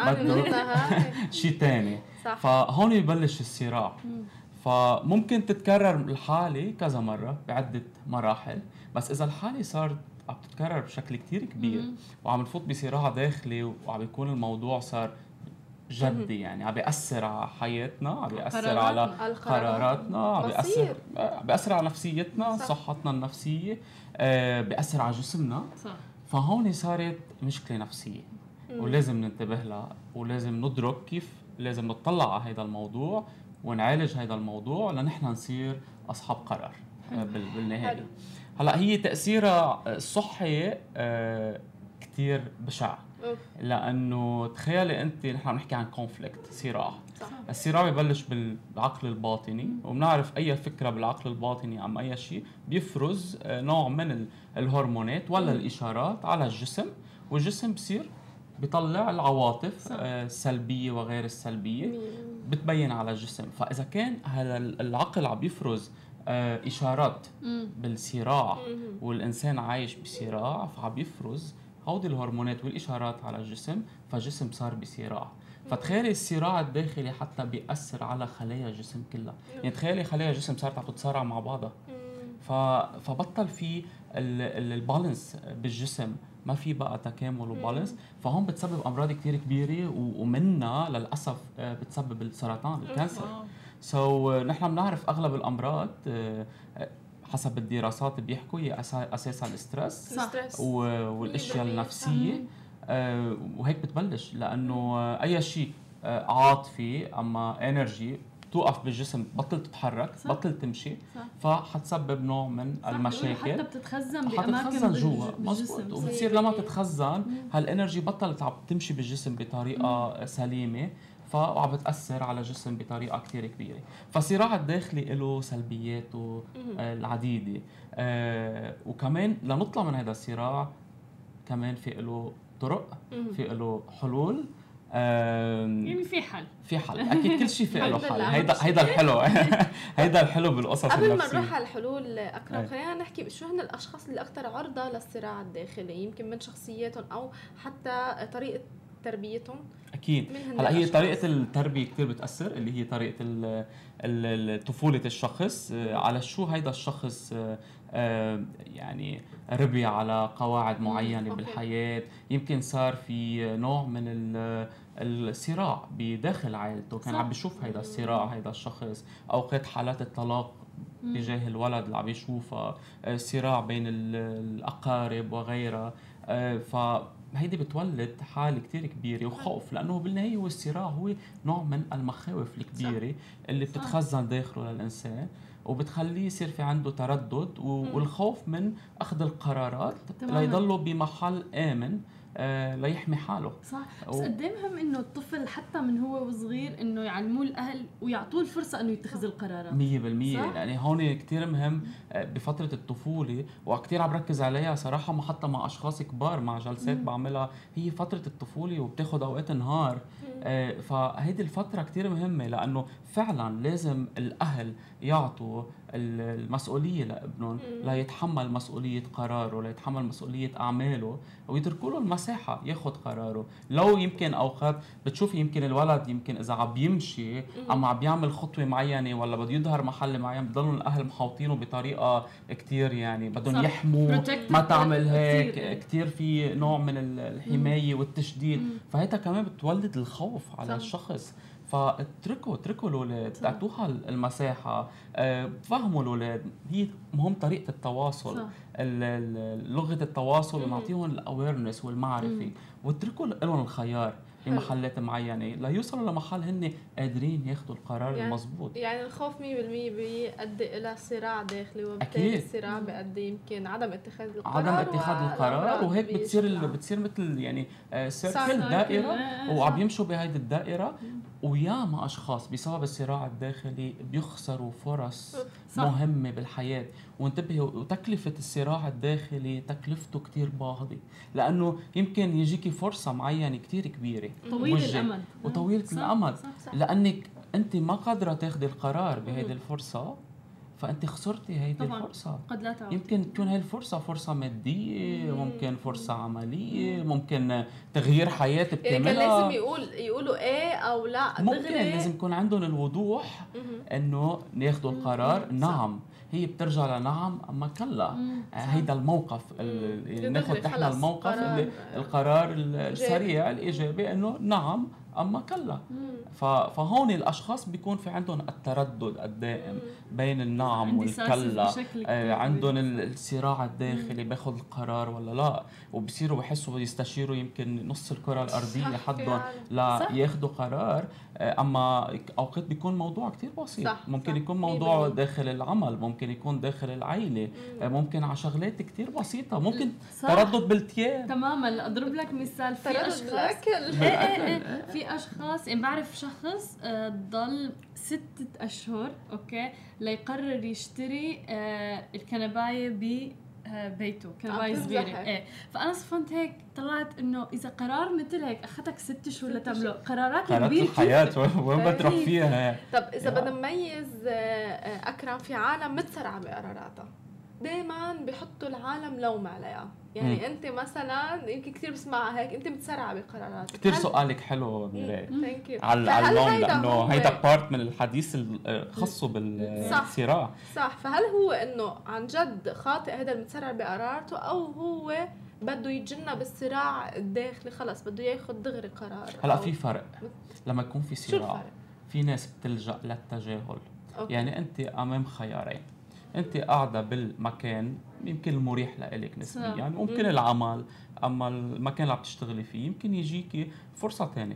بده شيء ثاني، فهون يبلش الصراع. فممكن تتكرر الحاله كذا مره بعده مراحل، بس اذا الحاله صارت عم تتكرر بشكل كتير كبير وعم نفوت بصراع داخلي وعم يكون الموضوع صار جدي، يعني عم بيأثر على حياتنا، عم بيأثر على قراراتنا، عم بيأثر على نفسيتنا، صحتنا النفسية، بيأثر على جسمنا. فهون صارت مشكلة نفسية ولازم ننتبه لها، ولازم ندرك كيف لازم نطلع على هذا الموضوع ونعالج هذا الموضوع لنحن نصير أصحاب قرار بالنهاية. هلا هي تأثيرها الصحي كتير بشع، لأنه تخيلي أنت نحن عم نحكي عن كونفليكت، صراع. الصراع ببلش بالعقل الباطني، وبنعرف أي فكرة بالعقل الباطني عم أي شيء بيفرز نوع من الهرمونات ولا الإشارات على الجسم، والجسم بصير بيطلع العواطف السلبية وغير السلبية بتبين على الجسم. فإذا كان هذا العقل عم بيفرز إشارات بالصراع والإنسان عايش بصراع، فعم يفرز هودي الهرمونات والإشارات على الجسم، فالجسم صار بصراع. فتخيلي الصراع الداخلي حتى بيأثر على خلايا الجسم كلها، يعني تخيلي خلايا الجسم صارت عم تتصارع مع بعضها، فبطل في البالانس بالجسم، ما في بقى تكامل وبالانس. فهون بتسبب أمراض كتير كبيرة، ومنها للأسف بتسبب السرطان، الكانسر. نحن بنعرف أغلب الأمراض حسب الدراسات بيحكوا هي أساسا السترس والأشياء النفسية، وهيك بتبلش. لأنه أي شيء عاطفي أما انرجي توقف بالجسم، بطل تتحرك، بطل تمشي، فحتسبب نوع من المشاكل. حتى بتتخزن بأماكن جوا، مزبوط. وبتصير لما تتخزن هالانرجي بطلت عم تمشي بالجسم بطريقة سليمة، فعم بتأثر على الجسم بطريقة كتير كبيرة. فالصراع الداخلي له سلبياته العديدة، وكمان لنطلع من هذا الصراع كمان في له طرق، في له حلول. يعني في حل اكيد، كل شيء في له حل. هيدا الحلو هيدا الحلو بالقصص النفسيه. قبل ما نروح على الحلول اكرم، خلينا نحكي شو هن الاشخاص اللي اكثر عرضه للصراع الداخلي، يمكن من شخصياتهم او حتى طريقه تربيتهم. اكيد. هلا هي طريقه التربيه كثير بتاثر، اللي هي طريقه طفوله الشخص، على شو هيدا الشخص يعني ربي على قواعد معينه بالحياه. يمكن صار في نوع من الصراع بداخل عائلته، كان عم بيشوف هيدا الصراع هيدا الشخص. اوقات حالات الطلاق تجاه الولد اللي عم يشوفها، صراع بين الاقارب وغيرها. هيدي بتولد حالة كتير كبيرة وخوف، لأنه بالنهاية هو الصراع هو نوع من المخاوف الكبيرة اللي بتتخزن داخله للإنسان، وبتخليه يصير في عنده تردد والخوف من أخذ القرارات ليضله بمحل آمن ليحمي حاله. صح. بس قد ايه مهم انه الطفل حتى من هو وصغير انه يعلموه الاهل ويعطوه الفرصه انه يتخذ القرارات 100%. يعني هون كتير مهم بفترة الطفولة، وكتير عم بركز عليها صراحة حتى مع أشخاص كبار، مع جلسات بعملها، هي فترة الطفولة وبتاخد أوقات نهار. فهيدي الفترة كتير مهمة، لأنه فعلا لازم الأهل يعطوا المسؤولية لابنهم ليتحمل مسؤولية قراره، ليتحمل مسؤولية أعماله، ويتركوا له المساحة ياخد قراره. لو يمكن أوقات بتشوفي يمكن الولد يمكن إذا عم بيمشي أما عم بيعمل خطوة معينة ولا بده يظهر محل معين، بضلوا الأهل محاوطينه بطريقة كتير يعني بدهم يحموه، ما تعمل هيك كتير في نوع من الحماية والتشديد. فهيدا كمان بتولد الخوف على الشخص. فاتركوا الاولاد، اعطوها المساحه، فهموا الاولاد، هي مهم طريقه التواصل، لغه التواصل، ونعطيهم الاويرنس والمعرفه، واتركوا لهم الخيار بمحلات معينه ليوصلوا لمحل هن قادرين ياخذوا القرار يعني المضبوط. يعني الخوف 100% بيؤدي الى صراع داخلي، وبالتالي الصراع بيؤدي يمكن عدم اتخاذ القرار، وهيك بتصير مثل يعني سيركل، دائره، وعم يمشوا بهيدي الدائره. وياما اشخاص بسبب الصراع الداخلي بيخسروا فرص مهمه بالحياه. وانتبهوا، وتكلفه الصراع الداخلي تكلفته كتير باهظه، لانه يمكن يجيكي فرصه معينه كتير كبيره طويله الامد وطويله الامد، لانك انت ما قادره تاخذي القرار بهيدي الفرصه، فانت خسرتي هيدي الفرصه. قد لا تعود. يمكن تكون هاي الفرصه فرصه ماديه، ممكن فرصه عمليه، ممكن تغيير حياه بكاملها. يعني كان لازم يقولوا ايه او لا، ممكن لازم يكون عندهم الوضوح انه ياخذوا القرار. نعم، هي بترجع لنعم اما كلا. هيدا الموقف اللي ناخذ احنا الموقف اللي القرار السريع الايجابي انه نعم اما كلا. فهون الاشخاص بيكون في عندهم التردد الدائم بين النعم والكلا، عندهم الصراع الداخلي باخذ القرار ولا لا، وبصيروا بحسوا يستشيروا يمكن نص الكره الارضيه حدهم لا ياخذوا قرار. اما اوقات بيكون موضوع كتير بسيط، ممكن يكون موضوع داخل العمل، ممكن يكون داخل العائله، ممكن على شغلات كتير بسيطه، ممكن تردد بالتياب تماما. اضرب لك مثال، في اشخاص في اشخاص يعني بعرف شخص ضل 6 أشهر اوكي ليقرر يشتري الكنبايه بيته، كنبايه صغيره. فانا صفنت هيك، طلعت انه اذا قرار مثل هيك اخذتك 6 شهور لتعمله، قرارات الحياه وين بتروح فيها؟ طب اذا بدنا نميز اكرم، في عالم متسرعه بقراراتها، دائما بيحطوا العالم لوم عليها. يعني انت مثلا يمكن كثير بسمعها هيك، انت متسرعه بقراراتك. كثير سؤالك حلو ميراي على اللوم، لانه هيدا بارت من الحديث الخاص بالصراع. صح. فهل هو انه عن جد خاطئ هذا المتسرع بقرارته، او هو بده يتجنب الصراع الداخلي، خلص بده ياخذ دغري قرار؟ هلا في فرق لما يكون في صراع. في ناس بتلجأ للتجاهل. يعني انت امام خيارين، انت قاعده بالمكان يمكن المريح لإلك نسبيا، يعني ممكن العمل، اما المكان اللي عم تشتغلي فيه يمكن يجيكي فرصه ثانيه،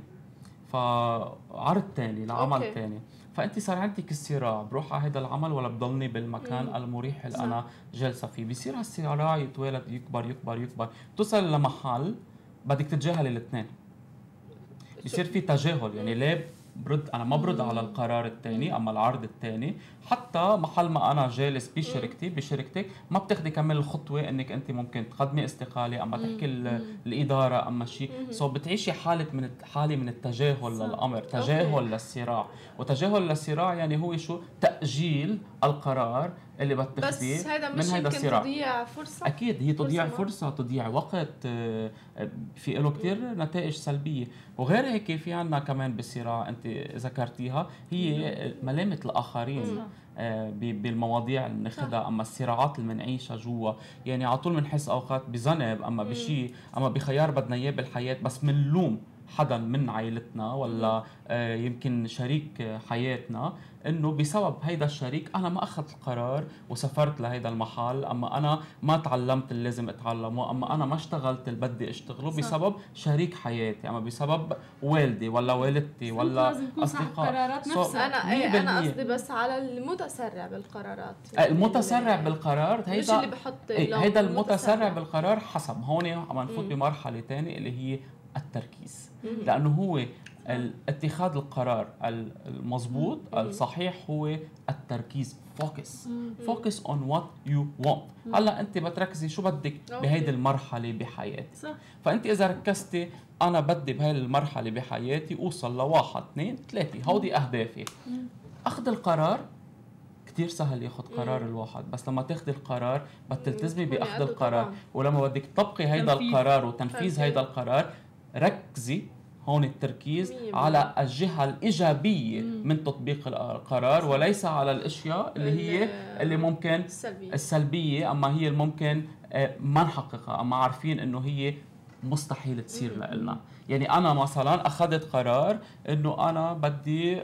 فعرض ثاني لعمل ثاني، فانت صار عندك الصراع، بروح على هذا العمل ولا بضلني بالمكان المريح اللي انا جالسه فيه. بصير هالصراع يتوالد، يكبر يكبر يكبر، توصل لمحل بدك تتجاهلي الاثنين. بصير في تجاهل، يعني ليه انا ما برد على القرار الثاني اما العرض الثاني، حتى محل ما انا جالس بشركتك ما بتاخدي كمان الخطوه انك انت ممكن تقدمي استقاله، اما تحكي الاداره اما شيء. بتعيشي حاله من التجاهل للامر، تجاهل للصراع. وتجاهل للصراع يعني هو شو؟ تاجيل القرار اللي بتاخديه من هذا الصراع. تضيع فرصه، اكيد هي تضيع فرصه، تضيع وقت، في له كثير نتائج سلبيه. وغير هيك في عنا كمان بالصراع انت ذكرتيها، هي ملامه الاخرين بالمواضيع اللي بناخذها، اما الصراعات اللي بنعيشها جوا. يعني على طول بنحس اوقات بذنب اما بشيء، اما بخيار بدنا اياه بالحياه، بس بنلوم حدا من عائلتنا ولا يمكن شريك حياتنا، انه بسبب هيدا الشريك انا ما اخذت القرار وسافرت لهيدا المحل، اما انا ما تعلمت اللي لازم اتعلمه، اما انا ما اشتغلت اللي بدي اشتغله بسبب شريك حياتي، اما بسبب والدي ولا والدتي ولا اصدقاء. قرارات نفسها. انا قصدي بس على المتسرع بالقرارات. المتسرع بالقرار مش اللي بحط هيدا المتسرع بالقرار حسب هون عم نفوت بمرحله ثانيه اللي هي التركيز، لانه هو اتخاذ القرار المضبوط الصحيح هو التركيز. فوكس اون وات يو وانت. هلا انت بتركزي شو بدك بهيدي المرحله بحياتك. صح. فانت اذا ركزتي انا بدي بهي المرحله بحياتي اوصل لواحد اثنين ثلاثه، هودي اهدافي. اخذ القرار كتير سهل ياخد قرار الواحد، بس لما تاخدي القرار بتلتزمي باخذ القرار، ولما بدك تطبقي هيدا القرار وتنفيذ هيدا القرار ركزي هون التركيز على الجهة الإيجابية من تطبيق القرار، وليس على الأشياء اللي ممكن السلبية، أما هي الممكن ما نحققها، أما عارفين إنه هي مستحيل تصير لنا. يعني أنا مثلا أخذت قرار إنه أنا بدي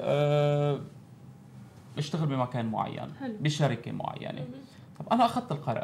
اشتغل بمكان معين بشركة معينة. طب أنا أخذت القرار،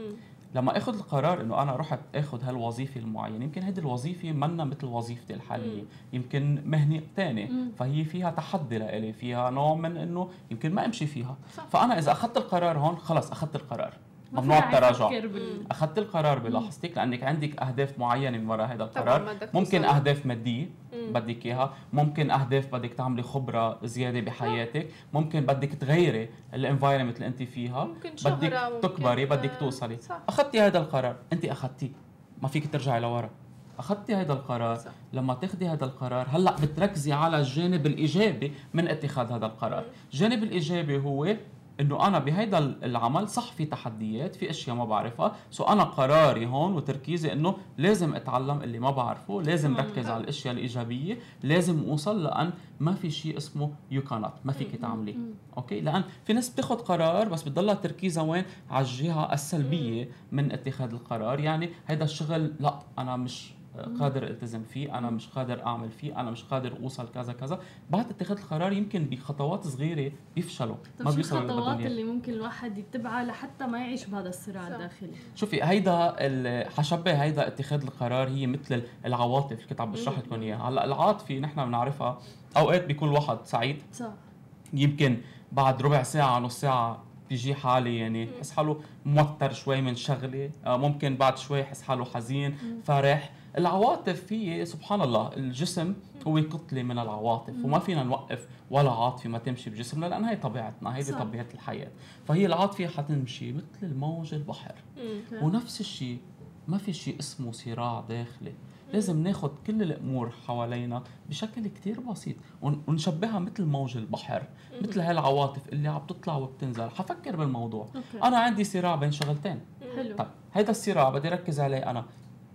لما اخذ القرار انه انا رحت اخذ هالوظيفه المعينه، يمكن هذه الوظيفه منا مثل وظيفتي الحاليه، يمكن مهنه ثانيه، فهي فيها تحدي لإلي، فيها نوع من انه يمكن ما امشي فيها. فانا اذا اخذت القرار هون خلص اخذت القرار، ممنوع التراجع. اخذت القرار بلحظتك، لانك عندك اهداف معينه من وراء هذا القرار. ممكن اهداف ماديه بدك اياها، ممكن اهداف بدك تعملي خبره زياده بحياتك، ممكن بدك تغيري الانفايرمنت اللي انت فيها، بدك تكبري، بدك توصلي. اخذتي هذا القرار، انت اخذتيه، ما فيك ترجعي لورا. اخذتي هذا القرار، لما تاخذي هذا القرار هلا بتركزي على الجانب الايجابي من اتخاذ هذا القرار. الجانب الايجابي هو انه انا بهيدا العمل صح في تحديات، في اشياء ما بعرفها، انا قراري هون وتركيزي انه لازم اتعلم اللي ما بعرفه، لازم ركز على الاشياء الايجابيه، لازم اوصل، لان ما في شيء اسمه يو كانت، ما فيك تعملي. اوكي، لان في ناس بتاخذ قرار بس بتضلها تركيزها وين؟ على الجهه السلبيه من اتخاذ القرار. يعني هيدا الشغل لا انا مش قادر التزم فيه، انا مش قادر اعمل فيه، انا مش قادر اوصل كذا كذا. بعد اتخاذ القرار يمكن بخطوات صغيره بيفشلوا، ما بيوصلوا للي بدهم اياه. الخطوات اللي ممكن الواحد يتبعها لحتى ما يعيش بهذا الصراع الداخلي؟ شوفي هيدا حشبه هيدا اتخاذ القرار هي مثل العواطف اللي كنت عم بشرح لكم اياها. هلا العاطفه نحن بنعرفها، اوقات بيكون الواحد سعيد، صح، يمكن بعد ربع ساعه نص ساعه بيجي حالي يعني حس حاله موتر شوي من شغله، ممكن بعد شوي حس حاله حزين فرح. العواطف هي سبحان الله، الجسم هو كتلة من العواطف، وما فينا نوقف ولا عاطفة ما تمشي بجسمنا، لأن هي طبيعتنا، هيدي طبيعة الحياة. فهي العاطفة حتمشي مثل الموج البحر. ونفس الشيء ما في شيء اسمه صراع داخلي، لازم ناخد كل الأمور حوالينا بشكل كتير بسيط ونشبهها مثل موج البحر، مثل هالعواطف اللي عم تطلع وبتنزل. حفكر بالموضوع، أنا عندي صراع بين شغلتين. طب هيدا الصراع بدي ركز عليه أنا.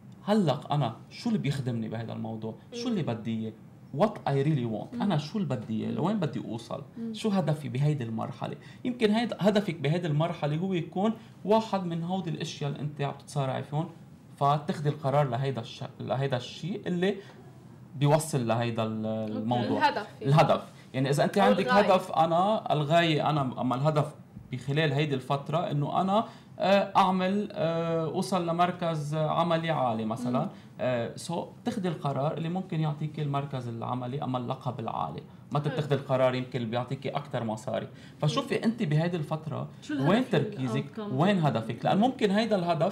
هلق انا شو اللي بيخدمني بهذا الموضوع؟ شو اللي بدي اياه؟ وات اي ريلي وونت، انا شو اللي بدي اياه؟ لوين بدي اوصل؟ شو هدفي بهيدي المرحله؟ يمكن هدفك بهيدي المرحله هو يكون واحد من هودي الاشياء اللي انت عم تتصارعي فيهم، فتاخذي القرار لهيدا الشيء اللي بيوصل لهيدا الموضوع. الهدف يعني اذا انت عندك هدف، انا الغايه، انا اما الهدف بخلال هيدي الفتره انه انا اعمل اوصل لمركز عملي عالي مثلا، تاخذي القرار اللي ممكن يعطيك المركز العملي اما اللقب العالي، ما تتخذي القرار يمكن اللي بيعطيكي اكثر مصاري. فشوفي انت بهيدي الفتره وين تركيزك، وين هدفك، لان ممكن هيدا الهدف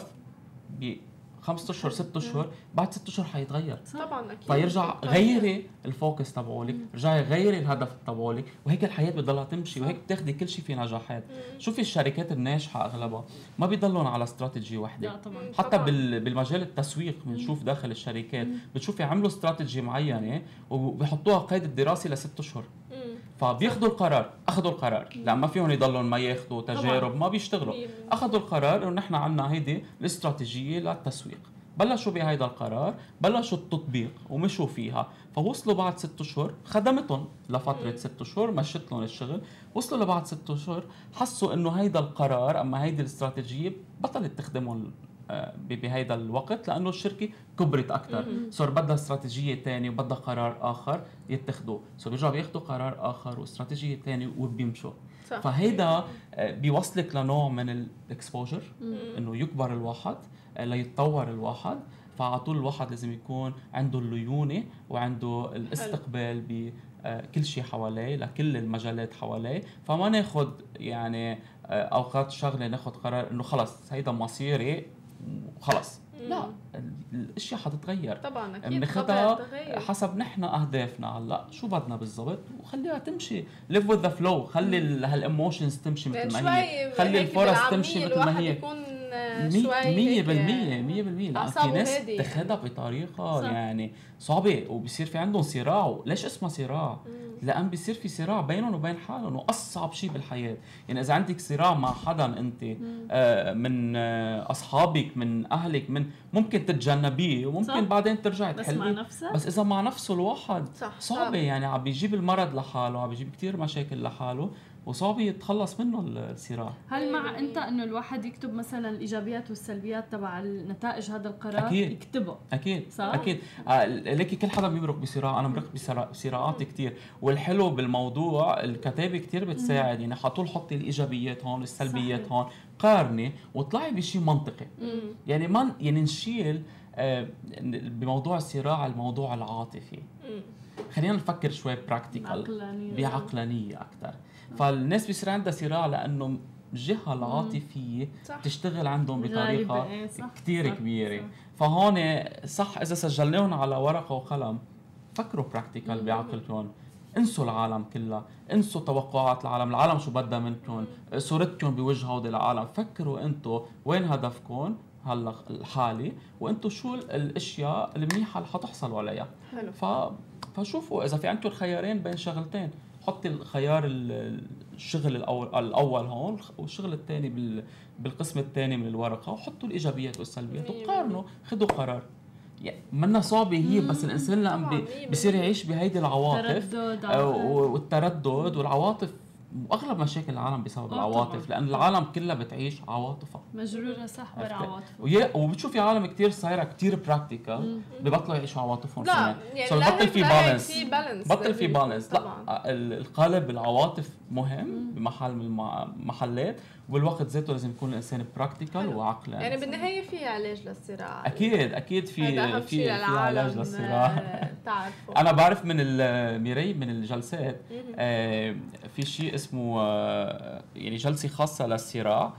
ب 5 اشهر 6 اشهر، بعد 6 اشهر حيتغير طبعا اكيد. فيرجع غيري الفوكس تبعولك، رجعي غيري الهدف تبعولك، وهيك الحياه بتضلها تمشي، وهيك بتاخذي كل شيء في نجاحات. شوفي الشركات الناجحه اغلبها ما بيضلون على استراتيجي وحده، حتى بالمجال التسويق بنشوف داخل الشركات بتشوفي عملوا استراتيجي معينه وبيحطوها قيد الدراسي ل6 اشهر، فبياخذوا القرار، اخذوا القرار لان ما فيهم يضلوا ما ياخذوا تجارب، ما بيشتغلوا، اخذوا القرار انه نحن عندنا هيدي الاستراتيجيه للتسويق. بلشوا بهيدا القرار، بلشوا التطبيق ومشوا فيها، فوصلوا بعد 6 اشهر، خدمتهم لفتره 6 اشهر، مشت لهم الشغل، وصلوا لبعد 6 اشهر حسوا انه هيدا القرار اما هيدي الاستراتيجيه بطلت تخدمهم بهيدا الوقت لانه الشركه كبرت اكثر، صار بدها استراتيجيه ثانيه وبدها قرار اخر يتخذوه، صار بيرجعوا بياخذوا قرار اخر واستراتيجيه ثانيه وبيمشوا. فهيدا بيوصلك لنوع من الاكسبوجر، انه يكبر الواحد ليتطور الواحد. فعلى طول الواحد لازم يكون عنده الليونه وعنده الاستقبال بكل شيء حواليه لكل المجالات حواليه، فما ناخذ يعني اوقات شغله ناخذ قرار انه خلص هيدا مصيري خلص. لا، الاشياء حتتغير طبعا، اكيد بناخذها حسب نحن اهدافنا هلا شو بدنا بالضبط وخليها تمشي. live with the flow، خلي هالايموشنز تمشي مثل ما هي، خلي الفرص تمشي مثل ما هي. 100% لا، في ناس تاخذها بطريقه يعني صعبه وبصير في عندهم صراع. ليش اسمها صراع؟ لان بصير في صراع بينهم وبين حالهم، واصعب شيء بالحياه يعني اذا عندك صراع مع حدا انت من اصحابك من اهلك من ممكن تتجنبيه وممكن بعدين ترجعي تحليه، بس اذا مع نفسه الواحد صعبه يعني عم بيجيب المرض لحاله، عم بيجيب كثير مشاكل لحاله وصعب يتخلص منه الصراع. هل مع انت انه الواحد يكتب مثلا الايجابيات والسلبيات تبع النتائج هذا القرار؟ أكيد. يكتبه اكيد صح؟ اكيد. ليكي كل حدا بيمرق بصراع، انا مرقت بصراعات كثير، والحلو بالموضوع الكتابه كثير بتساعد يعني حطول حطي الايجابيات هون السلبيات صحيح. هون قارني واطلعي بشيء منطقي. يعني ما يعني نشيل بموضوع الصراع الموضوع العاطفي، خلينا نفكر شوي براكتيكال بعقلانيه اكثر. فالناس بيصير عندها صراع لانه الجهه العاطفيه تشتغل عندهم بطريقه كثير كبيره. فهون صح اذا سجلناهم على ورقه وقلم فكروا براكتيكال بعقلكم، انسوا العالم كلها، انسوا توقعات العالم شو بدها منكم، صورتكم بوجه هودي العالم. فكروا انتم وين هدفكم هلا الحالي وانتم شو الاشياء المنيحه اللي حتحصلوا عليها. حلو. فشوفوا اذا في عندكم الخيارين بين شغلتين، حطي الخيار الشغل الاول هون والشغل الثاني بالقسم الثاني من الورقه، وحطوا الايجابيات والسلبيات وقارنوا، خذوا قرار. يعني منا صعبه هي، بس الانسان لما بيصير يعيش بهيدي العواطف والتردد والعواطف، واغلب مشاكل العالم بسبب العواطف، لان العالم كلها بتعيش عواطفها مجروره صح بعواطف، وبتشوفي عالم كتير صايره كتير براكتيكال ببطلوا يعيشوا عواطفهم كمان. يعني بطل في بالانس، بطل في بالانس. لا، القالب العواطف مهم بمحل من المحلات، وبالوقت ذاته لازم يكون الانسان براكتيكال وعقلاني. يعني بالنهايه في علاج للصراع. اكيد في علاج للصراع. تعرفوا انا بعرف من ميري من الجلسات في شيء اسمه يعني جلسه خاصه للصراع.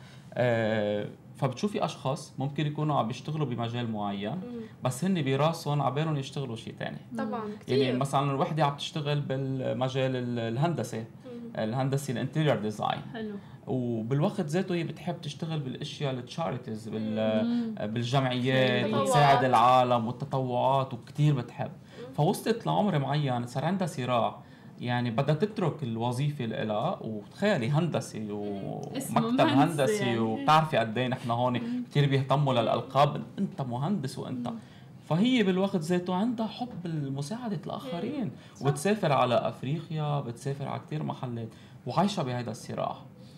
فبتشوفي اشخاص ممكن يكونوا عم بيشتغلوا بمجال معين بس هن براسهم عبالهم يشتغلوا شيء ثاني. طبعا كثير. يعني مثلا الوحده عم تشتغل بالمجال الهندسي الانتيريور ديزاين، حلو، وبالوقت ذاته هي بتحب تشتغل بالاشياء التشاريتيز بالجمعيات وتساعد العالم والتطوعات وكثير بتحب. فوصلت لعمر معين صار عندها صراع، يعني بدها تترك الوظيفه لها وتخيلي هندسي ومكتب هندسي يعني. وبتعرفي قد ايه نحن هون كثير بيهتموا للالقاب، انت مهندس وانت. فهي بالوقت ذاته عندها حب مساعده الاخرين وبتسافر على افريقيا، بتسافر على كثير محلات وعايشه بهذا الصراع.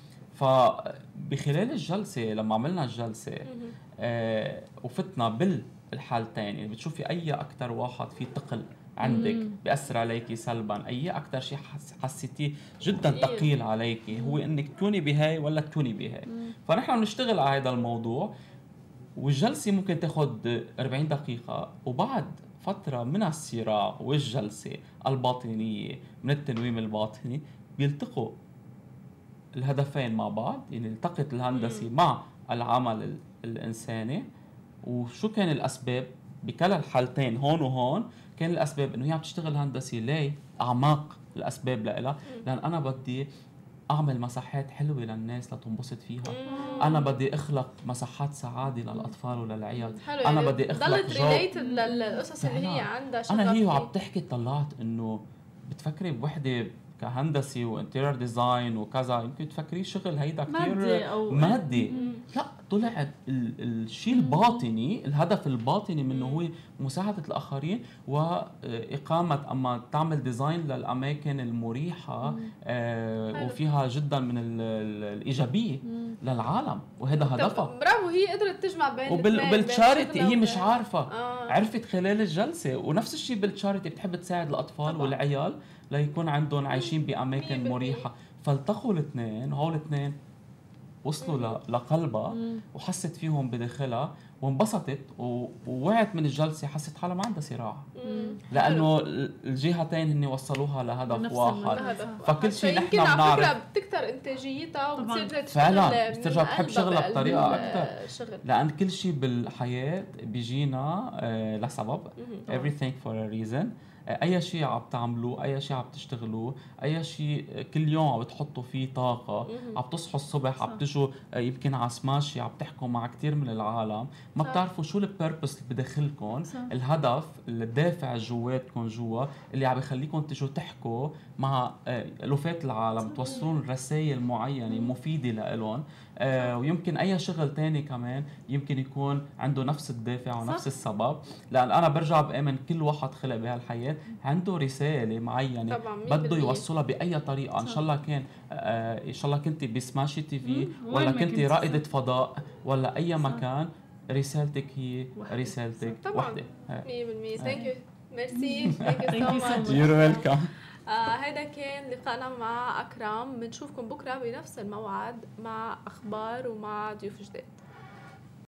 فبخلال الجلسه لما عملنا الجلسه وفتنا بالحالتين، يعني بتشوفي اي اكثر واحد في ثقل عندك بيأثر عليكي سلبا، اي اكثر شيء حسيتيه جدا ثقيل عليكي هو انك تكوني بهاي ولا تكوني بهاي. فنحن بنشتغل على هذا الموضوع، والجلسه ممكن تاخذ 40 دقيقه، وبعد فتره من الصراع والجلسه الباطنيه من التنويم الباطني بيلتقوا الهدفين مع بعض، يعني التقت الهندسي مع العمل الانساني. وشو كان الاسباب بكلا الحالتين هون وهون؟ كان الاسباب انه هي عم تشتغل هندسي. ليه؟ اعماق الاسباب لها، لان انا بدي اعمل مساحات حلوه للناس لتنبسط فيها. انا بدي اخلق مساحات سعاده للاطفال وللعيال. انا يعني بدي اخلق ضلت ريليتد للقصص اللي هي عندها شغف. انا هي وعم تحكي طلعت انه بتفكري بوحده كهندسي وانتيريور ديزاين وكذا يمكن تفكري شغل هيدا كثير مادي. لا، طلع الشيء الباطني، الهدف الباطني منه هو مساعدة الآخرين وإقامة أما تعمل ديزاين للأماكن المريحة وفيها جدا من الإيجابية. للعالم، وهذا هدفها. برافو، هي قدرت تجمع بين وبالتشاريتي هي مش عارفه عرفت خلال الجلسه. ونفس الشيء بالتشاريتي بتحب تساعد الاطفال طبعا. والعيال ليكون عندهم عايشين باماكن مريحه. فالتقوا الاثنين، هول الاثنين وصلوا لقلبها وحست فيهم بداخلها وانبسطت ووعت من الجلسه، حست حالها ما عندها صراع لانه الجهتين هن وصلوها لهدف واحد. فكل شيء نحن بنعرف على فكره بتكتر انتاجيتها وبتصير فعلا بترجع تحب شغلها بطريقه اكثر، لان كل شيء بالحياه بيجينا لسبب. everything for a reason. اي شيء عم تعملوه، اي شيء عم تشتغلوه، اي شيء كل يوم عم بتحطوا فيه طاقه، عم تصحوا الصبح عم تجوا يمكن على سماشي عم تحكوا مع كثير من العالم، ما بتعرفوا شو البيربس اللي بداخلكم، الهدف الدافع جواتكم جوا اللي عم يخليكم تجوا تحكوا مع الوفات العالم، توصلون رسائل معينه مفيده لهم. ويمكن اي شغل تاني كمان يمكن يكون عنده نفس الدافع ونفس السبب، لان انا برجع بامن كل واحد خلق بهالحياه عنده رساله معينه بده يوصلها باي طريقه. ان شاء الله كان ان شاء الله كنتي بسماشي تي في ولا كنتي رائده فضاء ولا اي مكان، رسالتك هي رسالتك وحده 100%. ثانك يو، ميرسي، ثانك يو سو ماتش، يور ويلكم. هيدا كان لقائنا مع أكرم. بنشوفكم بكرة بنفس الموعد مع أخبار ومع ضيوف جداد.